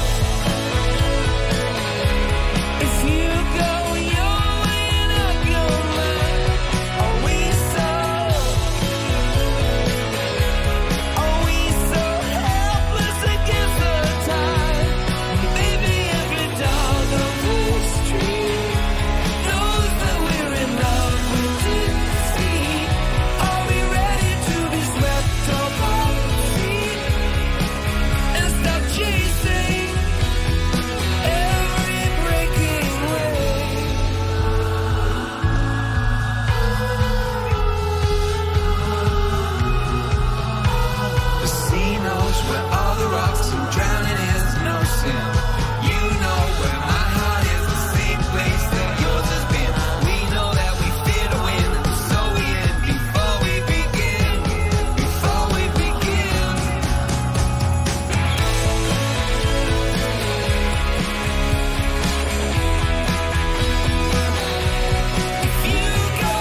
if you go your way and I'll go mine, are we so, are we so helpless against the tide? Baby, every dog on the street knows that we're in love with deceit. Are we ready to be swept off our feet and stop chasing every breaking wave? The sea knows where all the rocks and drowning is no sin. You know where my heart is, the same place that yours has been. We know that we fear to win, and so we end before we begin. Before we begin. If you go,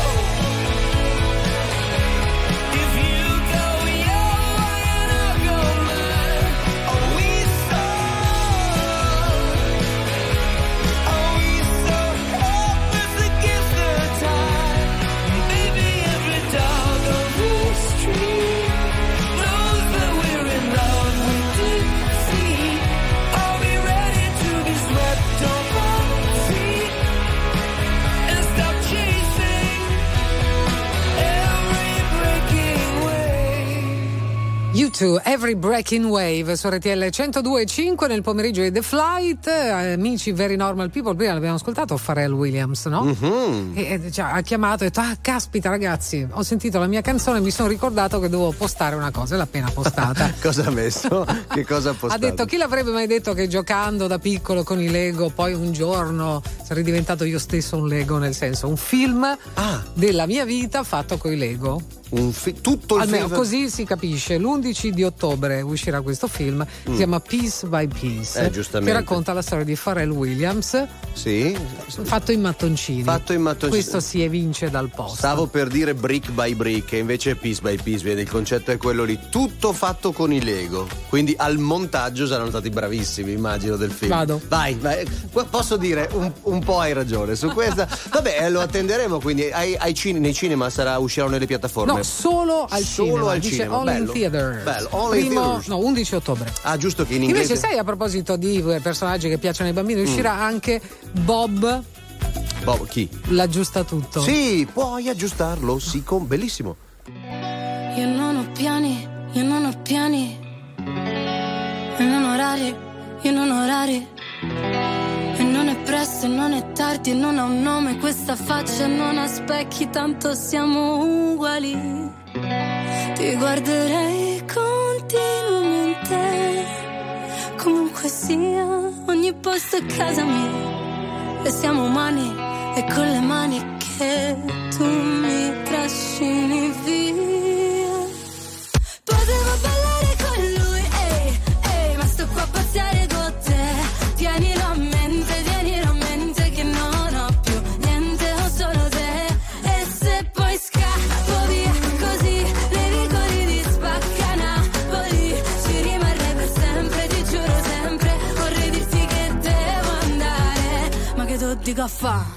if you go your way and I'll go mine, are we so, are we so helpless against the tide? Baby, every dog on the street knows that we're in love with deceit. Are we ready to be swept off our feet and stop chasing every breaking wave? You Too, Every Breaking Wave su R T L centodue e cinque nel pomeriggio di The Flight. Eh, amici Very Normal People, prima l'abbiamo ascoltato Pharrell Williams, no? Mhm. E, e, cioè, ha chiamato e ha detto: ah, caspita ragazzi, ho sentito la mia canzone e mi sono ricordato che dovevo postare una cosa, e l'ha appena postata. Cosa ha messo? Che cosa ha Ha postato? detto: chi l'avrebbe mai detto che giocando da piccolo con i Lego poi un giorno sarei diventato io stesso un Lego, nel senso un film della mia vita fatto con i Lego. Un fi- tutto il Almeno film. così si capisce. L'undici di ottobre uscirà questo film, si Mm. chiama Piece by Piece, Eh, giustamente. che racconta la storia di Pharrell Williams, Sì. fatto in mattoncini. Fatto in mattoncini. Questo si evince dal posto. Stavo per dire brick by brick, e invece è piece by piece, vedi, il concetto è quello lì, tutto fatto con i Lego. Quindi al montaggio saranno stati bravissimi, immagino, del film. Vado. Vai, vai. Qu- posso dire, un, un po' hai ragione su questa. Vabbè, eh, lo attenderemo, quindi ai, ai cine, nei cinema sarà, uscirà nelle piattaforme. No, solo al Solo cinema. al Dice cinema, Only bello. in Theater. Bello, only in Primo, theaters. no, undici ottobre. Ah, giusto che in inglese. Invece sai, a proposito di eh, personaggi che piacciono ai bambini, uscirà Mm. anche Bob Boh, chi? l'aggiusta tutto. Sì, puoi aggiustarlo, sì, con bellissimo. Io non ho piani, io non ho piani. E non orari, io non orari. E non è presto, e non è tardi, e non ha un nome questa faccia, non ha specchi, tanto siamo uguali. Ti guarderei continuamente, comunque sia, ogni posto è casa mia. E siamo umani, e con le mani che tu mi trascini via. Potevo ballare con lui, ehi, ehi, ma sto qua a pazziare con te. Tienilo a mente, tienilo a mente che non ho più niente, ho solo te. E se poi scappo via così, nei vicoli di Spacca Napoli, ci rimarrei per sempre, ti giuro sempre. Vorrei dirti che devo andare, ma che tu dico a fa'?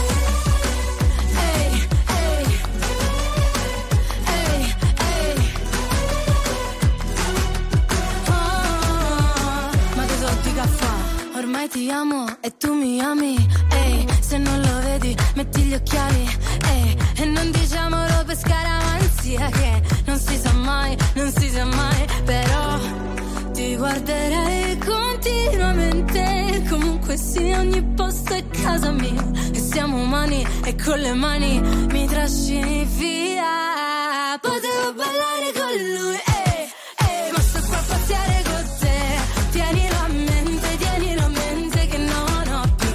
Ormai ti amo e tu mi ami, ehi, se non lo vedi metti gli occhiali, ehi, e non diciamolo per scaramanzia che non si sa mai, non si sa mai, però ti guarderei continuamente, comunque sia ogni posto è casa mia, e siamo umani e con le mani mi trascini via. Potevo ballare con lui, ehi, ehi, ma sto qua a pazziare con te, tienilo a mente, tienilo a mente che non ho più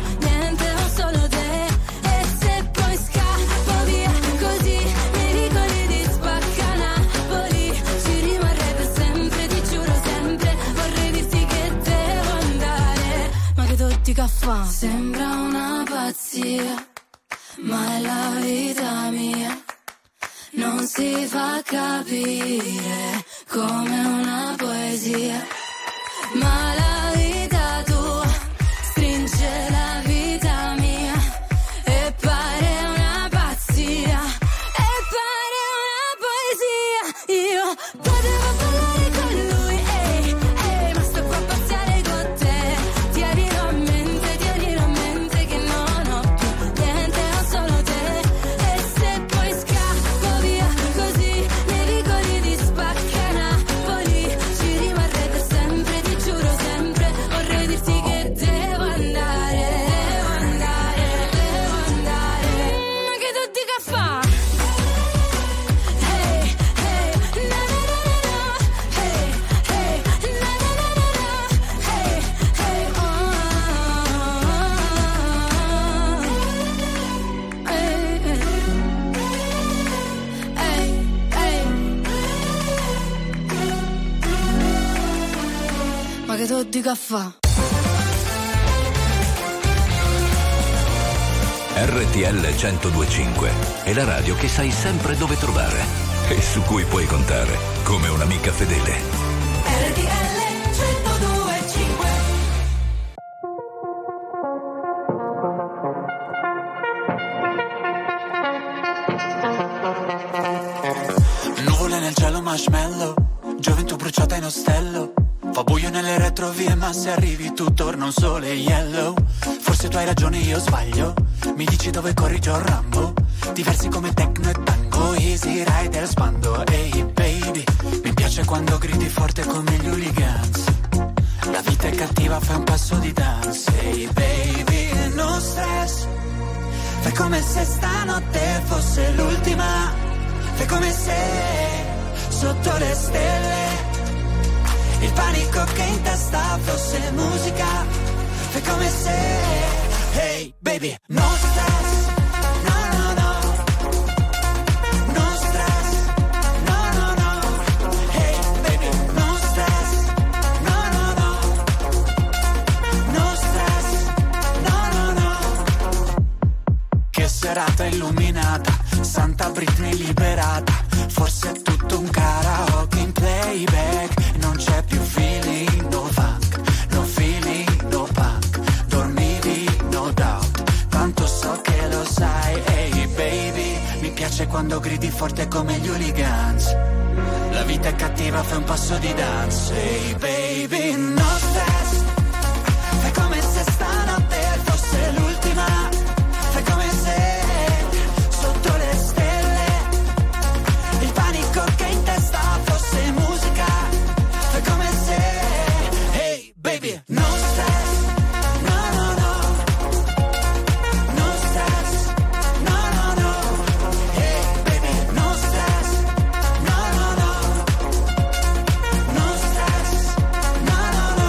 Sembra una pazzia, ma è la vita mia. Non si fa capire come una poesia, ma la vita tua stringe la vita mia e pare una pazzia, e pare una poesia. Io potevo parlare con lui, ehi, ehi, ma sto qua a passare con te. Tienilo a mente, tienilo a mente che non ho più niente, ho solo te. E se poi scappo via così nei vicoli di Spacca Napoli, ci rimarrei per sempre, ti giuro sempre. Vorrei dirti che devo andare, devo andare, devo andare. Ma che tu dica fa? Hey, hey, na na na na na. Hey, hey, na na na na na. Hey, hey, oh. Hey, hey, hey. Ma che tu dica fa? R T L centodue e cinque è la radio che sai sempre dove trovare e su cui puoi contare come un'amica fedele. R T L centodue e cinque. Nuvole nel cielo marshmallow, gioventù bruciata in ostello. Fa buio nelle retrovie ma se arrivi tu torna un sole yellow. Forse tu hai ragione, io sbaglio. Mi dici dove corri John Rambo. Diversi come techno e tango, easy rider spando. Ehi baby, mi piace quando gridi forte come gli hooligans. La vita è cattiva, fai un passo di dance. Ehi baby, no stress. Fai come se stanotte fosse l'ultima. Fai come se sotto le stelle il panico che in testa fosse musica. Fai come se, hey baby, no stress, no no no, no stress, no no no, hey baby, no stress, no no no, no stress, no no no. Che serata illuminata, Santa Britney liberata, forse è tutto un karaoke in playback. Non c'è più feeling, no funk, no feeling, no punk. Dormivi, no doubt, tanto so che lo sai. Ehi baby, mi piace quando gridi forte come gli hooligans. La vita è cattiva, fai un passo di dance. Ehi baby, no stress. Fai come se stanotte fosse l'ultima. Fai come se sotto le stelle il panico che in testa fosse musica. Fai come se, hey baby, no stress, no no no, no stress, no no no, hey baby, no stress, no no no, no stress, no no no.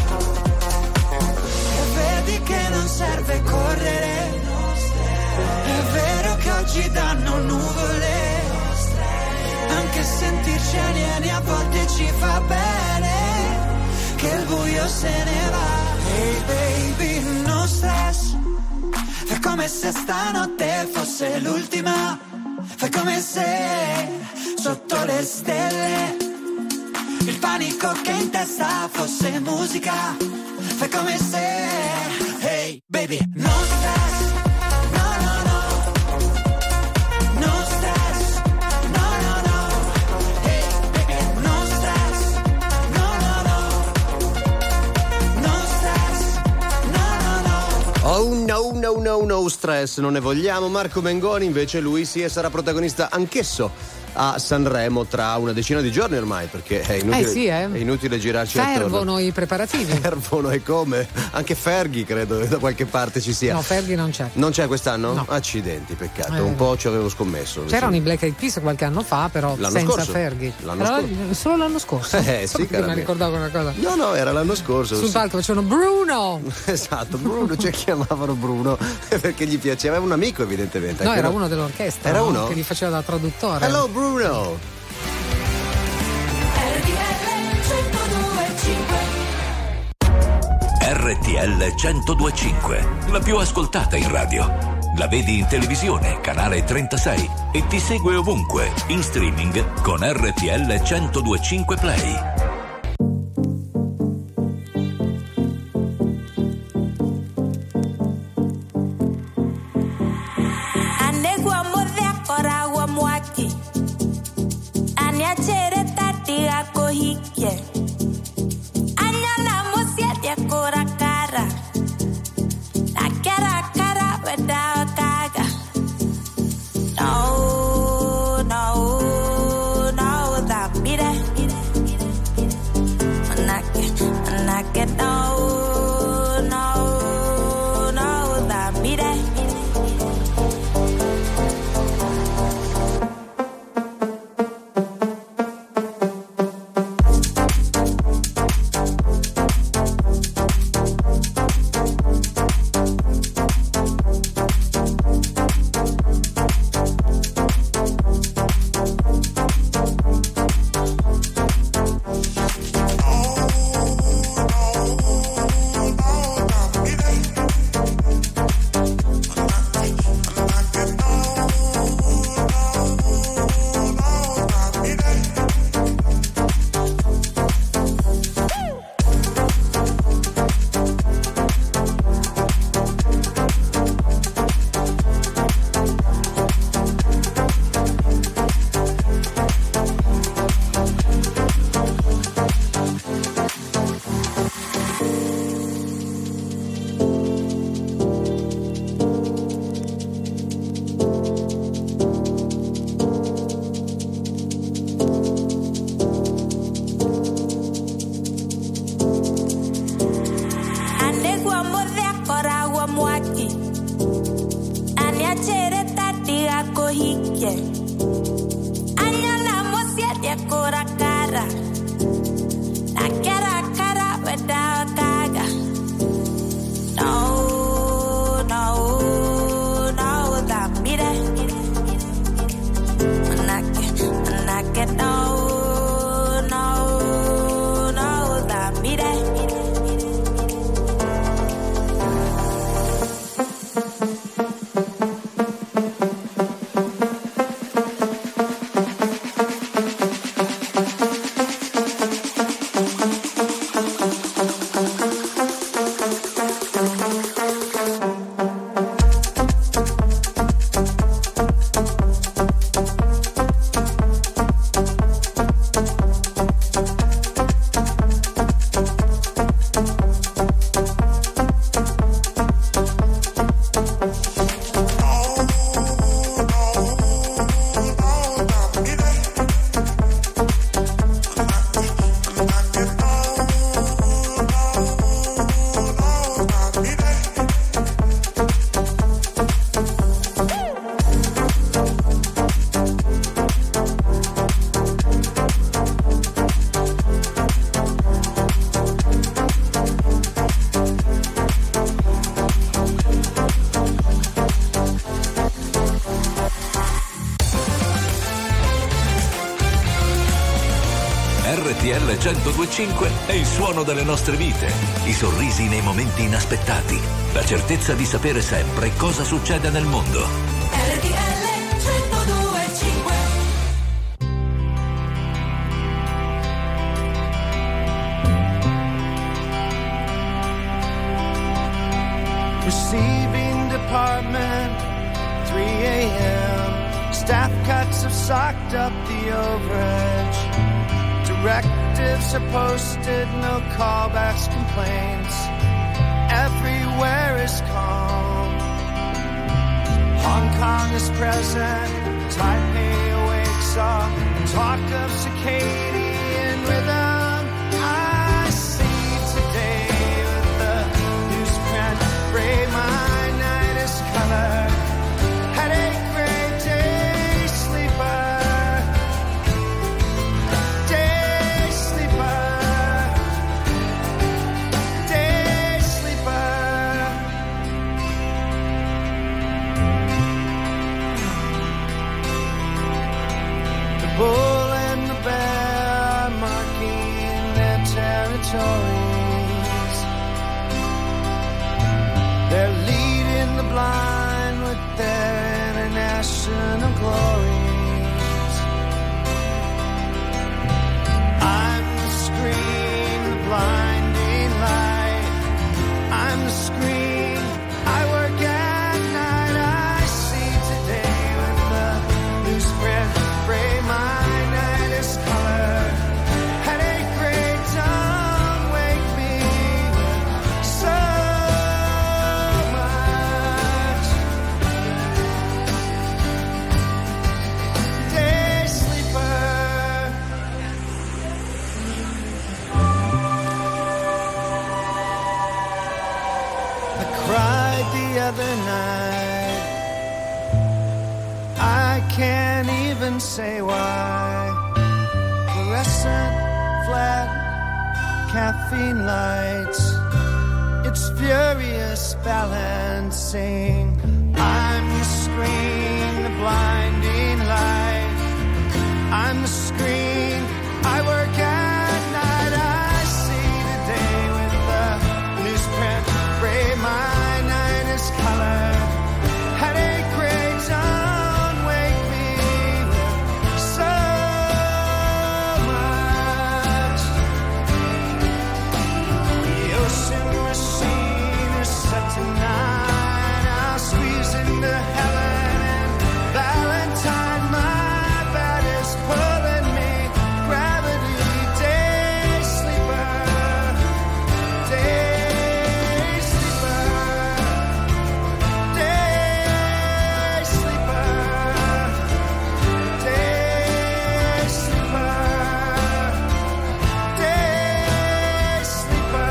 E vedi che non serve correre, è vero che oggi danno nuvole, anche sentirci alieni a volte ci fa bene, che il buio se ne va. Hey baby, no stress. Fai come se stanotte fosse l'ultima. Fai come se sotto le stelle il panico che in testa fosse musica. Fai come se, hey baby, no stress. No no no, no stress. No no no, hey baby, no stress. No no no, no stress. No no no. Oh no no no no stress, non ne vogliamo. Marco Mengoni invece lui sì e sarà protagonista anch'esso a Sanremo tra una decina di giorni ormai, perché è inutile, eh sì, eh. è inutile girarci Fervono attorno. i preparativi. Fervono e come? Anche Ferghi credo da qualche parte ci sia. No, Ferghi non c'è. Non c'è quest'anno? No. Accidenti, peccato, Eh. un po' ci avevo scommesso. C'erano i Black Eyed Peas qualche anno fa, però L'anno senza scorso. Ferghi. L'anno Però, scorso. solo l'anno scorso. Eh, So sì, perché cara mi mia. ricordavo una cosa. No, no, era l'anno scorso. Sul sì. palco facevano Bruno. Esatto, Bruno, cioè chiamavano Bruno perché gli piaceva, aveva un amico evidentemente. No, anche era no. uno dell'orchestra. Era no? uno? Che gli faceva da traduttore. Hello Bruno. R T L centodue e cinque. R R T L centodue e cinque, la più ascoltata in radio. La vedi in televisione, canale trentasei, e ti segue ovunque, in streaming con R T L centodue e cinque Play. R T L centodue e cinque è il suono delle nostre vite, i sorrisi nei momenti inaspettati, la certezza di sapere sempre cosa succede nel mondo. R T L centodue e cinque. Receiving department, three a.m. Staff cuts have socked up the overage. Directives are posted, no callbacks, complaints. Everywhere is calm. Hong Kong is present, Taipei awakes all talk of circadian rhythm. I see today with the newsprint, gray my night is color. Headache, gray day sleeper. Bull and the bear are marking their territories. other night. I can't even say why. Fluorescent, flat, caffeine lights. It's furious balancing. I'm the screen, the blinding light. I'm the screen, I work at night. I see the day with the newsprint gray. My night is colored. Headache gray, don't wake me with so much. The ocean machine is set tonight. I'll squeeze into heaven and Valentine. My bed is pulling me. Gravity, day sleeper, day sleeper, day sleeper, day sleeper, day sleeper.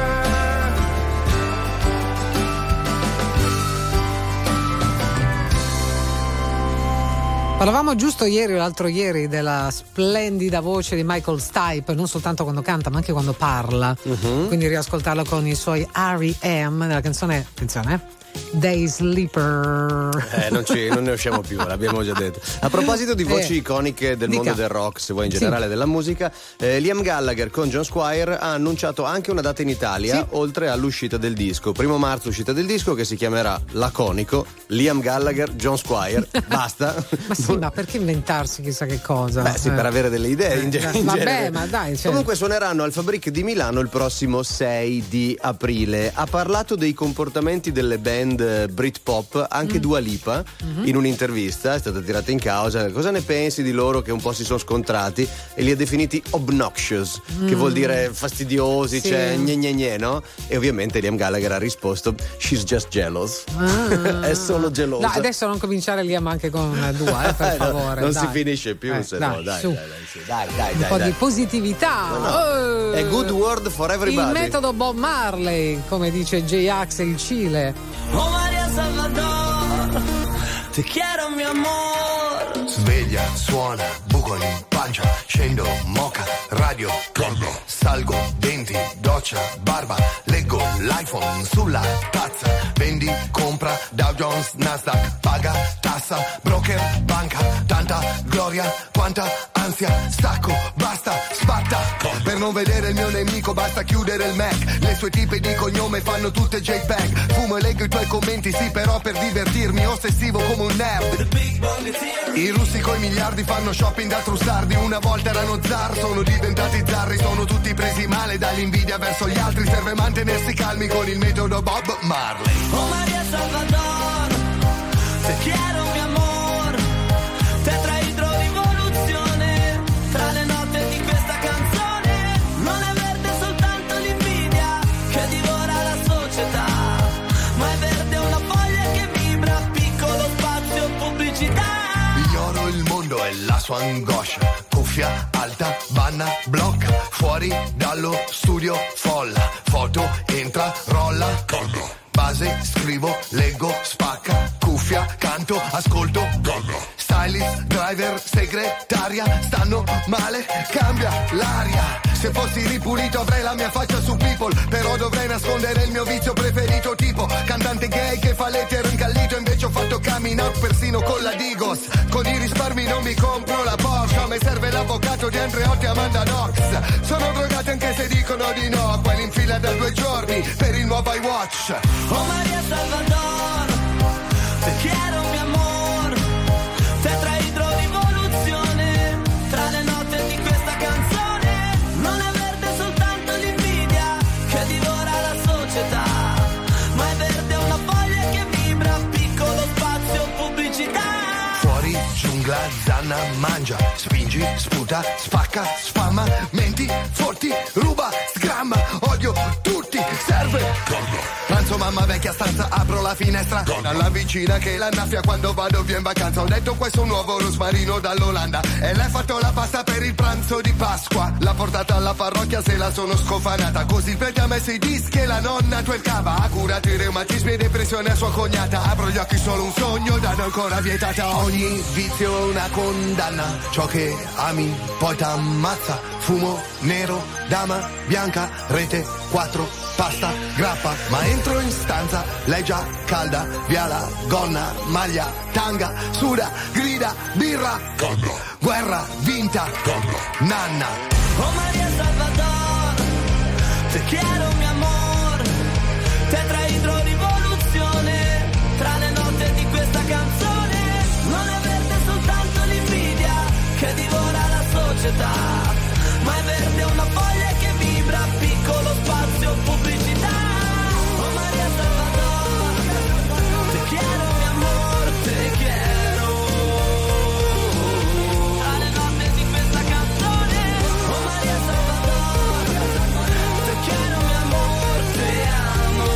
Parlavamo giusto ieri o l'altro ieri della splendida voce di Michael Stipe, non soltanto quando canta ma anche quando parla, Mhm. quindi riascoltarlo con i suoi R E M nella canzone, attenzione, eh, Day Sleeper. Eh, non, ci, non ne usciamo più, l'abbiamo già detto. A proposito di voci Eh, iconiche del dica. mondo del rock, se vuoi in Sì. generale della musica, eh, Liam Gallagher con John Squire ha annunciato anche una data in Italia, Sì. oltre all'uscita del disco. Primo marzo uscita del disco che si chiamerà laconico Liam Gallagher, John Squire. Basta. Ma sì, ma perché inventarsi chissà che cosa? Beh, sì, Eh. per avere delle idee in, ge- Eh, in vabbè, genere. ma dai, cioè- Comunque suoneranno al Fabric di Milano il prossimo sei di aprile. Ha parlato dei comportamenti delle band eh, Britpop, anche Mm. Dua Lipa, Mhm. in un'intervista è stata tirata in causa. Cosa ne pensi di loro che un po' si sono scontrati e li ha definiti obnoxious, che Mm. vuol dire fastidiosi, Sì. cioè gne gne gne, no? E ovviamente Liam Gallagher ha risposto she's just jealous. Ah. È solo gelosa. Dai, adesso non cominciare lì anche con due, eh, per No, favore. non dai. si finisce più, Eh, se dai, no, dai, su. dai, dai, sì, dai, dai, Un dai, po' dai. di positività. No, no. Oh. È good word for everybody. Il metodo Bob Marley, come dice J-Ax il Cile. Oh Maria Salvador, te quiero mi amor. Sveglia, suona, buco in pancia, scendo, moca, radio, collo, salgo, denti, doccia, barba, leggo l'iPhone sulla tazza, vendi, compra, Dow Jones, Nasdaq, paga, tassa, broker, banca, tanta gloria, quanta ansia, stacco, basta, spatta, per non vedere il mio nemico basta chiudere il Mac, le sue tipe di cognome fanno tutte JPEG, fumo e leggo i tuoi commenti, sì però per divertirmi, ossessivo come un nerd. I russi coi miliardi fanno shopping da trussardi. Una volta erano zar, sono diventati zarri. Sono tutti presi male dall'invidia verso gli altri. Serve mantenersi calmi con il metodo Bob Marley. Oh Maria Salvador, te quiero mi amor. Tetraidrorivoluzione, tra le note di questa canzone. Non è verde soltanto l'invidia che divora la società, ma è verde una foglia che vibra, piccolo spazio pubblicità. Ignoro il mondo e la sua angoscia. Cuffia alta, banna, blocca. Fuori dallo studio, folla. Foto, entra, rolla. Base, scrivo, leggo, spacca. Cuffia, canto, ascolto. Stylist, driver, segretaria. Stanno male, cambia l'aria. Se fossi ripulito avrei la mia faccia su People, però dovrei nascondere il mio vizio preferito, tipo cantante gay che fa l'etero incallito. Invece ho fatto coming out persino con la Digos. Con i risparmi non mi compro la Porsche, a me serve l'avvocato di Andreotti e Amanda Knox. Sono drogati anche se dicono di no, quelli in fila da due giorni per il nuovo iWatch. Oh Maria Salvador, te quiero mi amor. Tetraidrorivoluzione, tra le note di questa canzone. Non è verde soltanto l'invidia che divora la società, ma è verde una foglia che vibra, piccolo spazio pubblicità. Fuori giungla, zanna, mangia, spingi, sputa, spacca, sfama, menti, forti, ruba, sgramma, odio tutti, serve. Pranzo mamma vecchia stanza, apro la finestra. Dalla vicina che la annaffia quando vado via in vacanza. Ho detto questo è un nuovo rosmarino dall'Olanda. E lei ha fatto la pasta per il pranzo di Pasqua. L'ha portata alla parrocchia, se la sono scofanata. Così il prete ha messo i dischi e la nonna tuelcava. Ha curato i reumatismi e depressione a sua cognata. Apro gli occhi, solo un sogno, danno ancora vietata. Ogni vizio è una condanna. Ciò che ami poi t'ammazza. Fumo nero, dama bianca, rete quattro, pasta, grappa. Ma entro in stanza, lei già calda. Via la gonna, maglia, tanga, suda, grida, birra, Canna. Guerra vinta, Canna. Nanna. Oh María Salvador, te quiero mi amor. Te traidrò rivoluzione tra le note di questa canzone. Non è verde soltanto l'invidia che divora la società, ma è verde una foglia che vibra, piccolo spazio, pubblicità. Oh María Salvador, te quiero mi amor, te quiero. Tra le note di questa canzone, oh María Salvador, te quiero mi amor, te amo.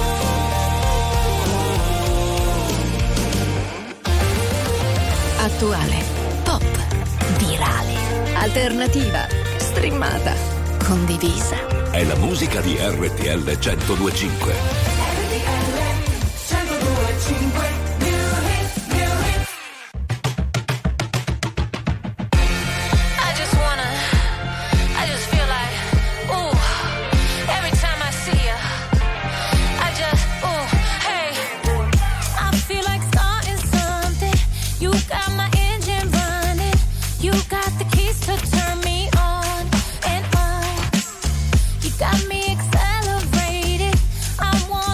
Attuale, pop, virale, alternativa, streamata, condivisa. È la musica di R T L centodue e cinque. R T L centodue e cinque. I just wanna, I just feel like, ooh, every time I see ya, I just, ooh, hey, I feel like starting something. You got my engine running, you got the keys to turn me on and on. You got me accelerated, I want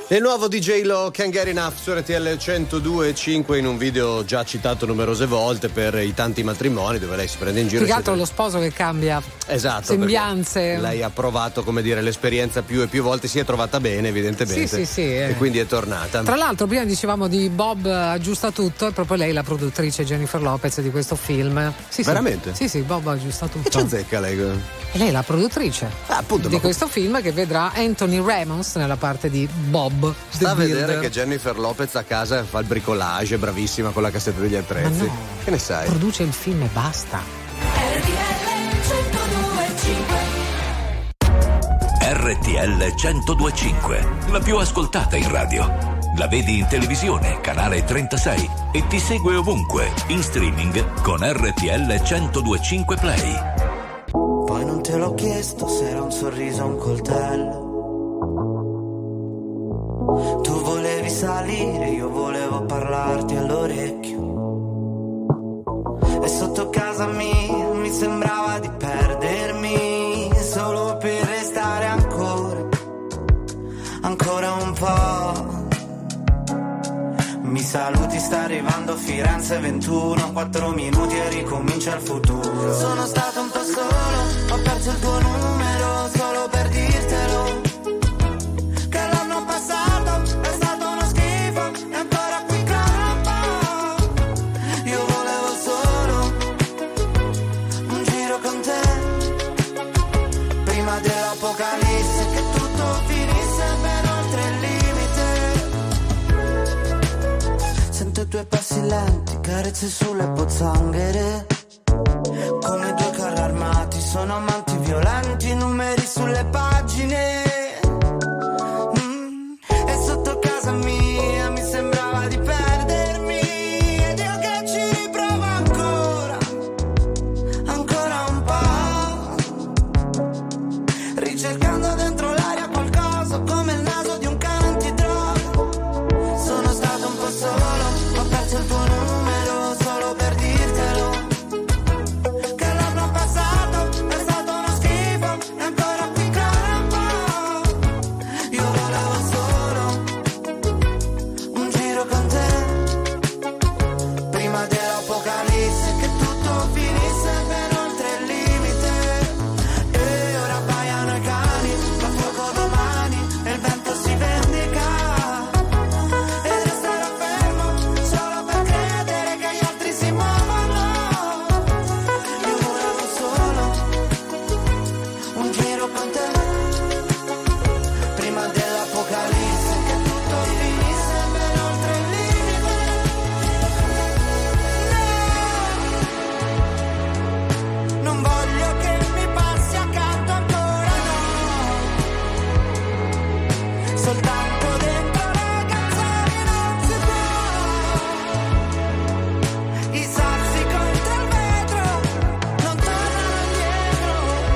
Il nuovo D J Lo, Can't Get Enough, su R T L centodue e cinque, in un video già citato numerose volte per i tanti matrimoni dove lei si prende in giro. Più che altro lo sposo che cambia esatto, sembianze. Lei ha provato, come dire, l'esperienza più e più volte, si è trovata bene evidentemente. Sì, sì, sì, eh. E quindi è tornata. Tra l'altro prima dicevamo di Bob aggiusta tutto, è proprio lei la produttrice Jennifer Lopez di questo film. Sì, veramente? Sì, sì, Bob aggiusta tutto. E ci azzecca lei? E lei è la produttrice ah, appunto, di ma... questo film, che vedrà Anthony Ramos nella parte di Bob. Sta a vedere che Jennifer Lopez a casa fa il bricolage, è bravissima con la cassetta degli attrezzi. No, che ne sai? Produce il film e basta. R T L centodue e cinque, la più ascoltata in radio. La vedi in televisione, canale trentasei, e ti segue ovunque, in streaming con R T L centodue e cinque Play. Poi non te l'ho chiesto se era un sorriso o un coltello. Tu volevi salire, io volevo parlarti all'orecchio. E sotto casa mia mi sembrava di perdermi, solo per restare ancora, ancora un po'. Mi saluti, sta arrivando Firenze ventuno, quattro minuti e ricomincia il futuro. Sono stato un po' solo, ho perso il tuo numero solo per dirtelo. Dell'apocalisse, che tutto finisse ben oltre il limite. Sento i tuoi passi lenti, carezze sulle pozzanghere, come due carri armati, sono amanti violenti, numeri sulle pagine. Mm. E sotto casa mia mi sembrava di perdermi, ed io che ci riprovo ancora, ancora un po'. Cercando dentro l'aria qualcosa come il naso di un cane antidroga. Sono stato un po' solo, ho perso il tuo numero solo per dirtelo. Che l'anno passato è stato uno schifo e ancora qui ancora un po'. Io volevo solo un giro con te, prima dell'apocalisse, che tutto finisse ben oltre il limite. E ora baiano i cani, fa fuoco domani e il vento si vendica. E resterò fermo solo per credere che gli altri si muovono. Io volevo solo un giro con te, prima dell'apocalisse, che tutto finisse ben oltre il limite. No, non voglio che mi passi accanto ancora, no. Soltanto dentro le canzoni non si può. I sassi contro il vetro non tornano indietro.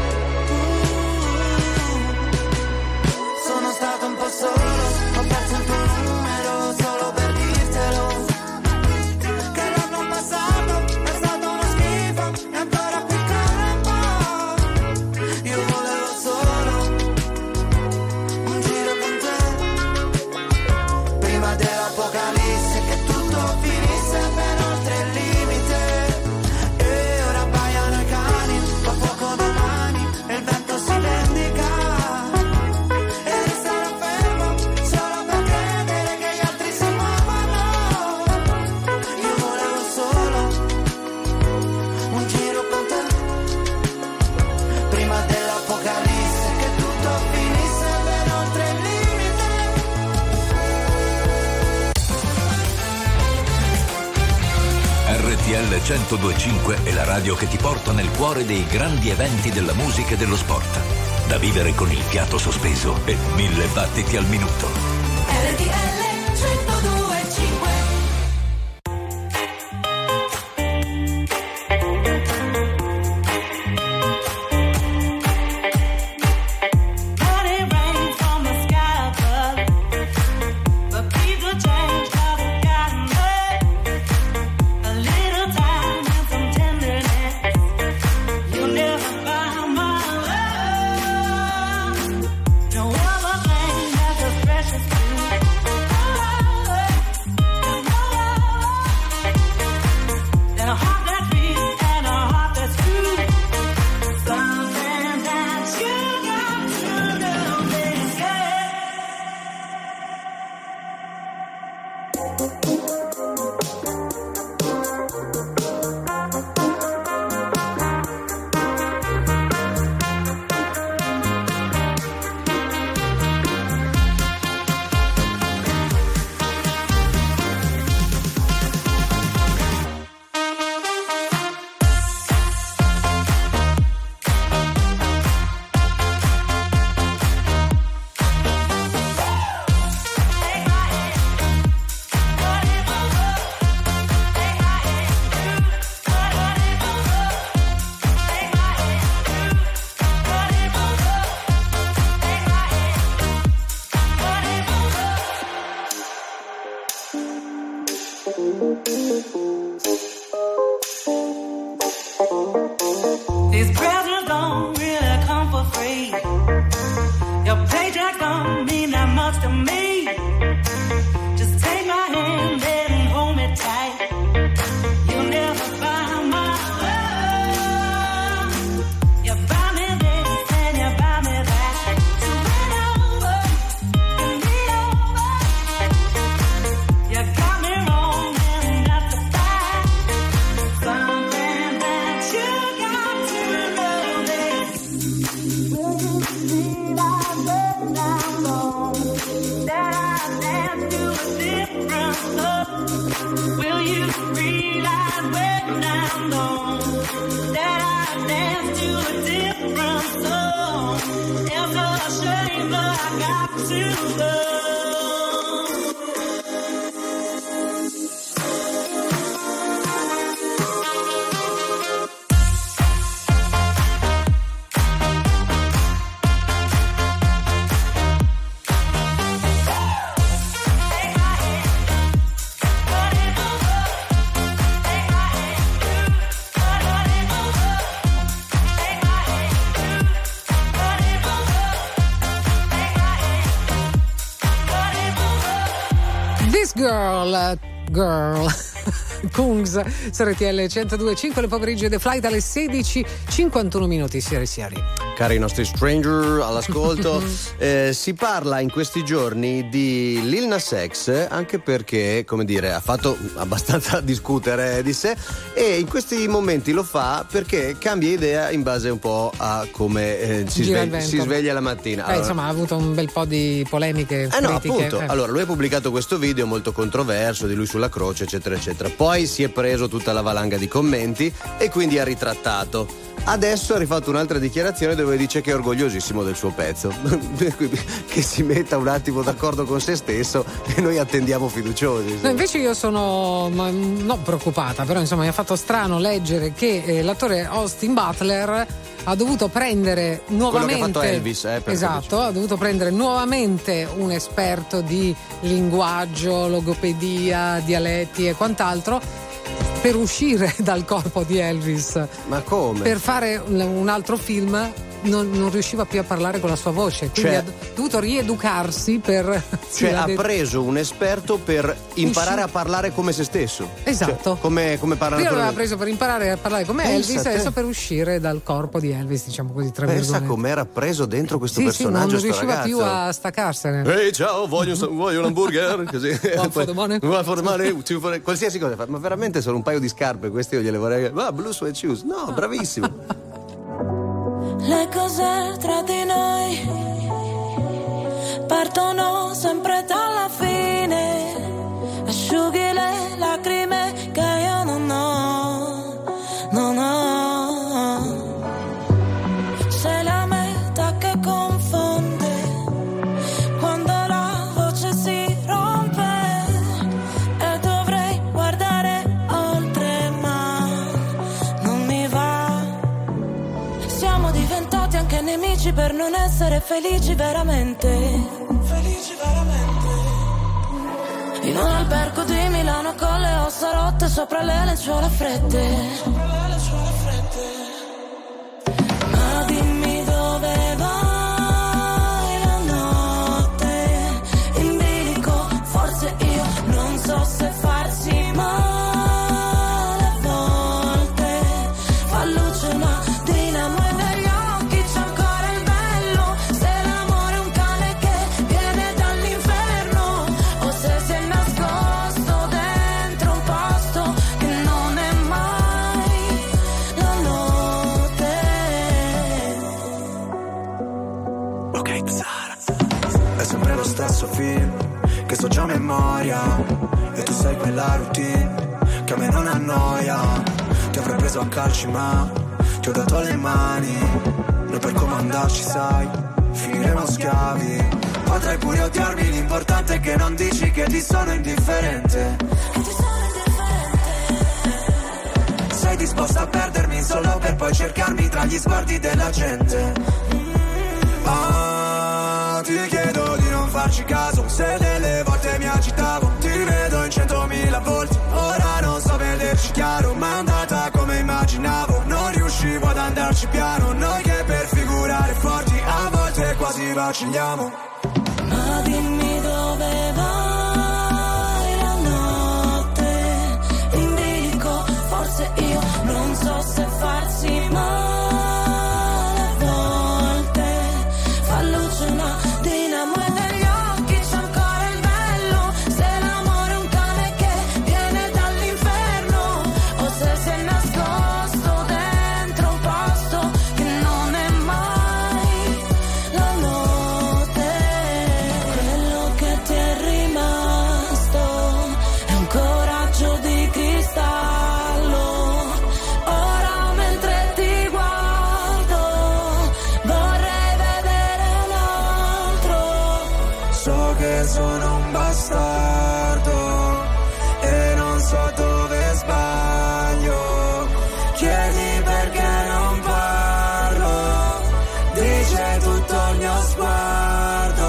Uh. Sono stato un po' solo, ho perso il tuo numero solo per dirtelo. Che l'anno passato è stato uno schifo e ancora qui ancora un po'. Io volevo solo un giro con te, prima dell'apocalisse, che tutto finisse ben oltre il limite. E ora baiano i cani, fa fuoco domani e il vento si vendica. E resterò fermo solo per credere che gli altri si muovono. Io volevo solo un giro con te, prima dell'apocalisse, che tutto finisse ben oltre il limite. R T L centodue e cinque è la radio che ti porta nel cuore dei grandi eventi della musica e dello sport. Da vivere con il fiato sospeso e mille battiti al minuto. R T L centodue e cinque. Honey rain from the sky above, but people change, haven't gotten there. A little time and some tenderness, you'll never buy my love. No other thing that's as precious to These presents don't really come for free. Your paycheck don't mean that much to me. Just take my hand and hold me tight. You'll never find my love. You buy me this and you buy me that. So bend over, bend me over. You got me wrong and that's a fact. Something that you got to know this. Will you realize that I'm wrong? That I dance to a different love. Will you realize when I'm gone that I dance to a different song? It's a shame that I got to love. This girl, girl. Kungs, su R T L centodue e cinque, le pomeriggio The Flight alle sedici e cinquantuno minuti, signore e signori. Cari nostri stranger all'ascolto, eh, si parla in questi giorni di Lil Nas X, anche perché, come dire, ha fatto abbastanza discutere di sé, e in questi momenti lo fa perché cambia idea in base un po' a come eh, si, Gira il sveglia, vento. si sveglia la mattina. Eh, Allora- insomma, ha avuto un bel po' di polemiche, Eh no, critiche. appunto. Eh. Allora, lui ha pubblicato questo video molto controverso di lui sulla croce, eccetera, eccetera. Poi si è preso tutta la valanga di commenti e quindi ha ritrattato. Adesso ha rifatto un'altra dichiarazione dove dice che è orgogliosissimo del suo pezzo. Che si metta un attimo d'accordo con se stesso e noi attendiamo fiduciosi. No, invece io sono ma, non preoccupata, però insomma mi ha fatto strano leggere che eh, l'attore Austin Butler ha dovuto prendere nuovamente Quello che ha fatto Elvis, eh, per esatto, ha dovuto prendere nuovamente un esperto di linguaggio, logopedia, dialetti e quant'altro per uscire dal corpo di Elvis. Ma come? Per fare un, un altro film non, non riusciva più a parlare con la sua voce, quindi Cioè- ha do- dovuto rieducarsi per sì, Cioè l'ha ha detto. preso un esperto per imparare Usci- a parlare come se stesso. Esatto. Cioè, come, come parlano Prima quello- l'aveva preso per imparare a parlare come Pensa Elvis, a te. adesso per uscire dal corpo di Elvis, diciamo così, tra Pensa virgolette. com'era preso dentro questo Sì, sì, personaggio, non sto riusciva ragazzo. più a staccarsene. Ehi, ciao, voglio, un- voglio un hamburger? Così. One for the money. One for the money, two for- qualsiasi cosa fa. Ma veramente sono un paio di scarpe, queste io gliele vorrei. Ah, blue sweat shoes. No, bravissimo. Le cose tra di noi partono sempre dalla fine. Asciughi le lacrime che io non ho, non ho. Sei la meta che confonde quando la voce si rompe e dovrei guardare oltre ma non mi va. Siamo diventati anche nemici per non essere felici veramente. Felici veramente. In un albergo di Milano con le ossa rotte sopra le lenzuola fredde. Sopra le lenzuola fredde. Ma dimmi dove vai la notte. In bilico forse io non so se farsi male a volte. Fa luce una dinamo e negli occhi c'è ancora il bello. Se l'amore è un cane che viene dall'inferno o se si è nascosto dentro un posto che non è mai la notte. Ok, Zara. È sempre lo stesso film che so già a memoria. E tu sei quella routine che a me non annoia. Ti avrei preso a calci ma ti ho dato le mani. Noi per comandarci sai, finiremo schiavi. Potrai pure odiarmi, l'importante è che non dici che ti sono indifferente. Sei disposta a perdermi solo per poi cercarmi tra gli sguardi della gente. Ah, ti chiedo di non farci caso, se delle volte mi agitavo. Ti rivedo in centomila volti, ora non so vederci chiaro. Ma è andata come immaginavo, non riuscivo ad andarci piano, noi che per figurare forti a volte quasi vacilliamo. Ma dimmi dove vai la notte in bilico, forse io non so se farsi male a volte, fa luce una dinamo e negli occhi c'è ancora il bello, se l'amore è un cane che viene dall'inferno o se si è nascosto dentro un posto che non è mai la notte. Quello che ti è rimasto è un coraggio di cristallo. Ora mentre ti guardo vorrei vedere un altro. So che sono un bastardo e non so dove sbaglio. Chiedi perché non parlo, dice tutto il mio sguardo.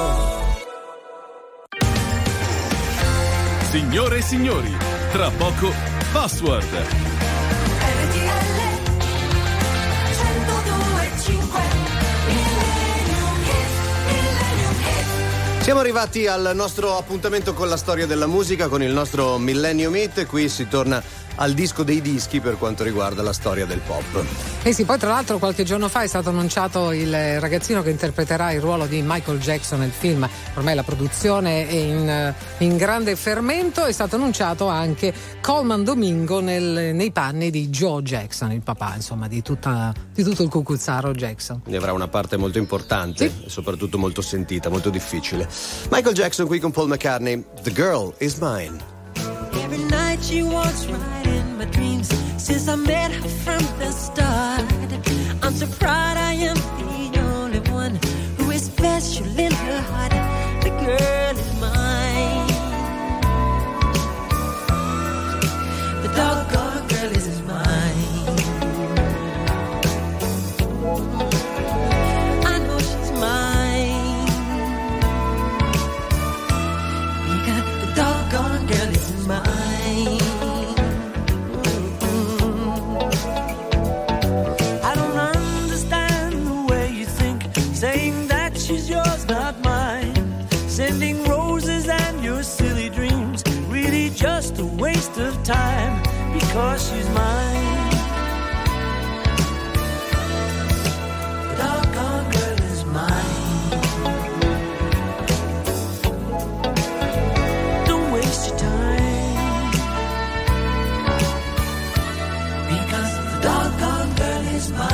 Signore e signori, tra poco Password. R T L centodue e cinque Millennium Hit, Millennium Hit. Siamo arrivati al nostro appuntamento con la storia della musica, con il nostro Millennium Hit. Qui si torna al disco dei dischi per quanto riguarda la storia del pop. Eh sì, poi tra l'altro qualche giorno fa è stato annunciato il ragazzino che interpreterà il ruolo di Michael Jackson nel film. Ormai la produzione è in, in grande fermento. È stato annunciato anche Coleman Domingo nel, nei panni di Joe Jackson, il papà insomma di, tutta, di tutto il cucuzzaro Jackson. Ne avrà una parte molto importante, Sì. e soprattutto molto sentita, molto difficile. Michael Jackson qui con Paul McCartney, The Girl Is Mine. Every night she walks right in my dreams since I met her from the start. I'm so proud I am the only one who is special in her heart. The girl is mine. The doggone girl is mine. I know she's mine. Because the doggone girl is mine. I don't understand the way you think, saying that she's yours, not mine. Sending roses and your silly dreams, really just a waste of time, because she's mine. The doggone girl is mine. Don't waste your time, because the doggone girl is mine.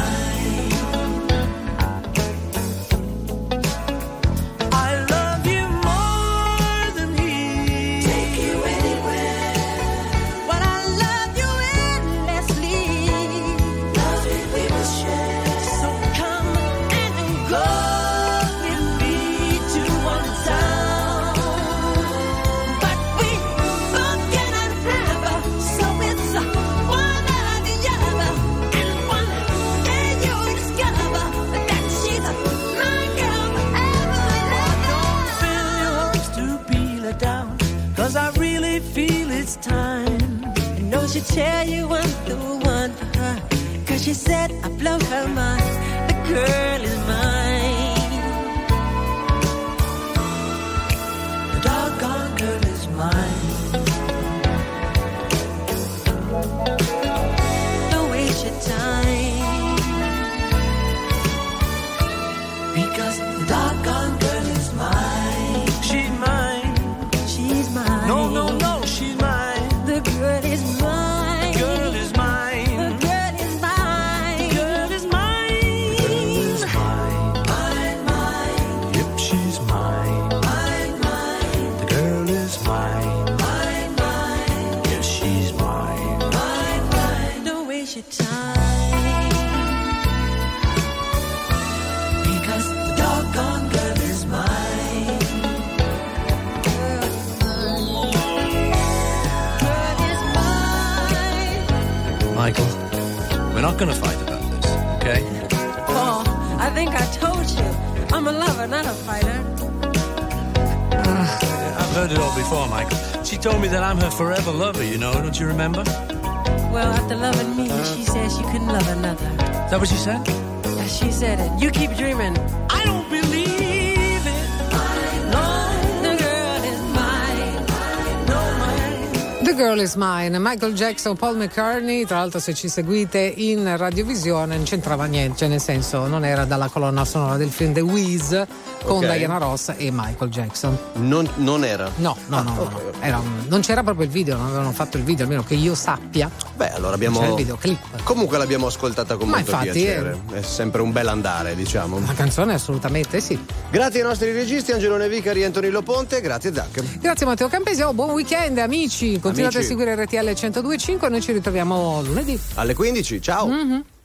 I love you more than he. Take you anywhere. But I love you endlessly. Love it we must share. So come and go with me to one town. But we both cannot have, so it's one or the other. And one day you'll discover that she's my girl forever and Don't ever. fill your hopes to be let down, cause I really feel it's time. I know she'll tell you I'm the one for her, cause she said I blow her mind. The girl is mine. The doggone girl is mine. Don't waste your time, Because the doggone girl is mine. She's mine. she's mine. No, no, no, she's mine. The girl is mine. Girl is mine. The girl is mine. Girl is mine. Girl is mine. Mine, mine. Yep, she's mine. Mine, mine. The girl is mine. Mine, mine. Yes, she's mine. Mine, mine. Don't waste your time, Because the doggone girl is mine. girl is mine. Michael, we're not going to fight about this, okay? Paul, I think I told you, I'm a lover, not a fighter. I've heard it all before, Michael. She told me that I'm her forever lover, you know, don't you remember? well, after loving me, she said she couldn't love another. Is that what she said? Yeah, she said it. You keep dreaming. I don't believe it. No, the girl is mine. No, mine. The Girl Is Mine, Michael Jackson, Paul McCartney. Tra l'altro, se ci seguite in radiovisione non c'entrava niente, cioè nel senso non era dalla colonna sonora del film The Wiz con Ok. Diana Ross e Michael Jackson. Non, non era? No, no, no, no, no. Era un- non c'era proprio il video, non avevano fatto il video, almeno che io sappia. Beh, allora abbiamo. C'era il videoclip. Comunque l'abbiamo ascoltata con Ma molto infatti, piacere. È sempre un bel andare, diciamo. La canzone assolutamente sì. Grazie ai nostri registi Angelone Vicari e Antonello Ponte, grazie Zac. Grazie Matteo Campesi, oh, buon weekend amici. Continuate Amici. a seguire R T L centodue e cinque e noi ci ritroviamo lunedì. Alle quindici, ciao. Mhm.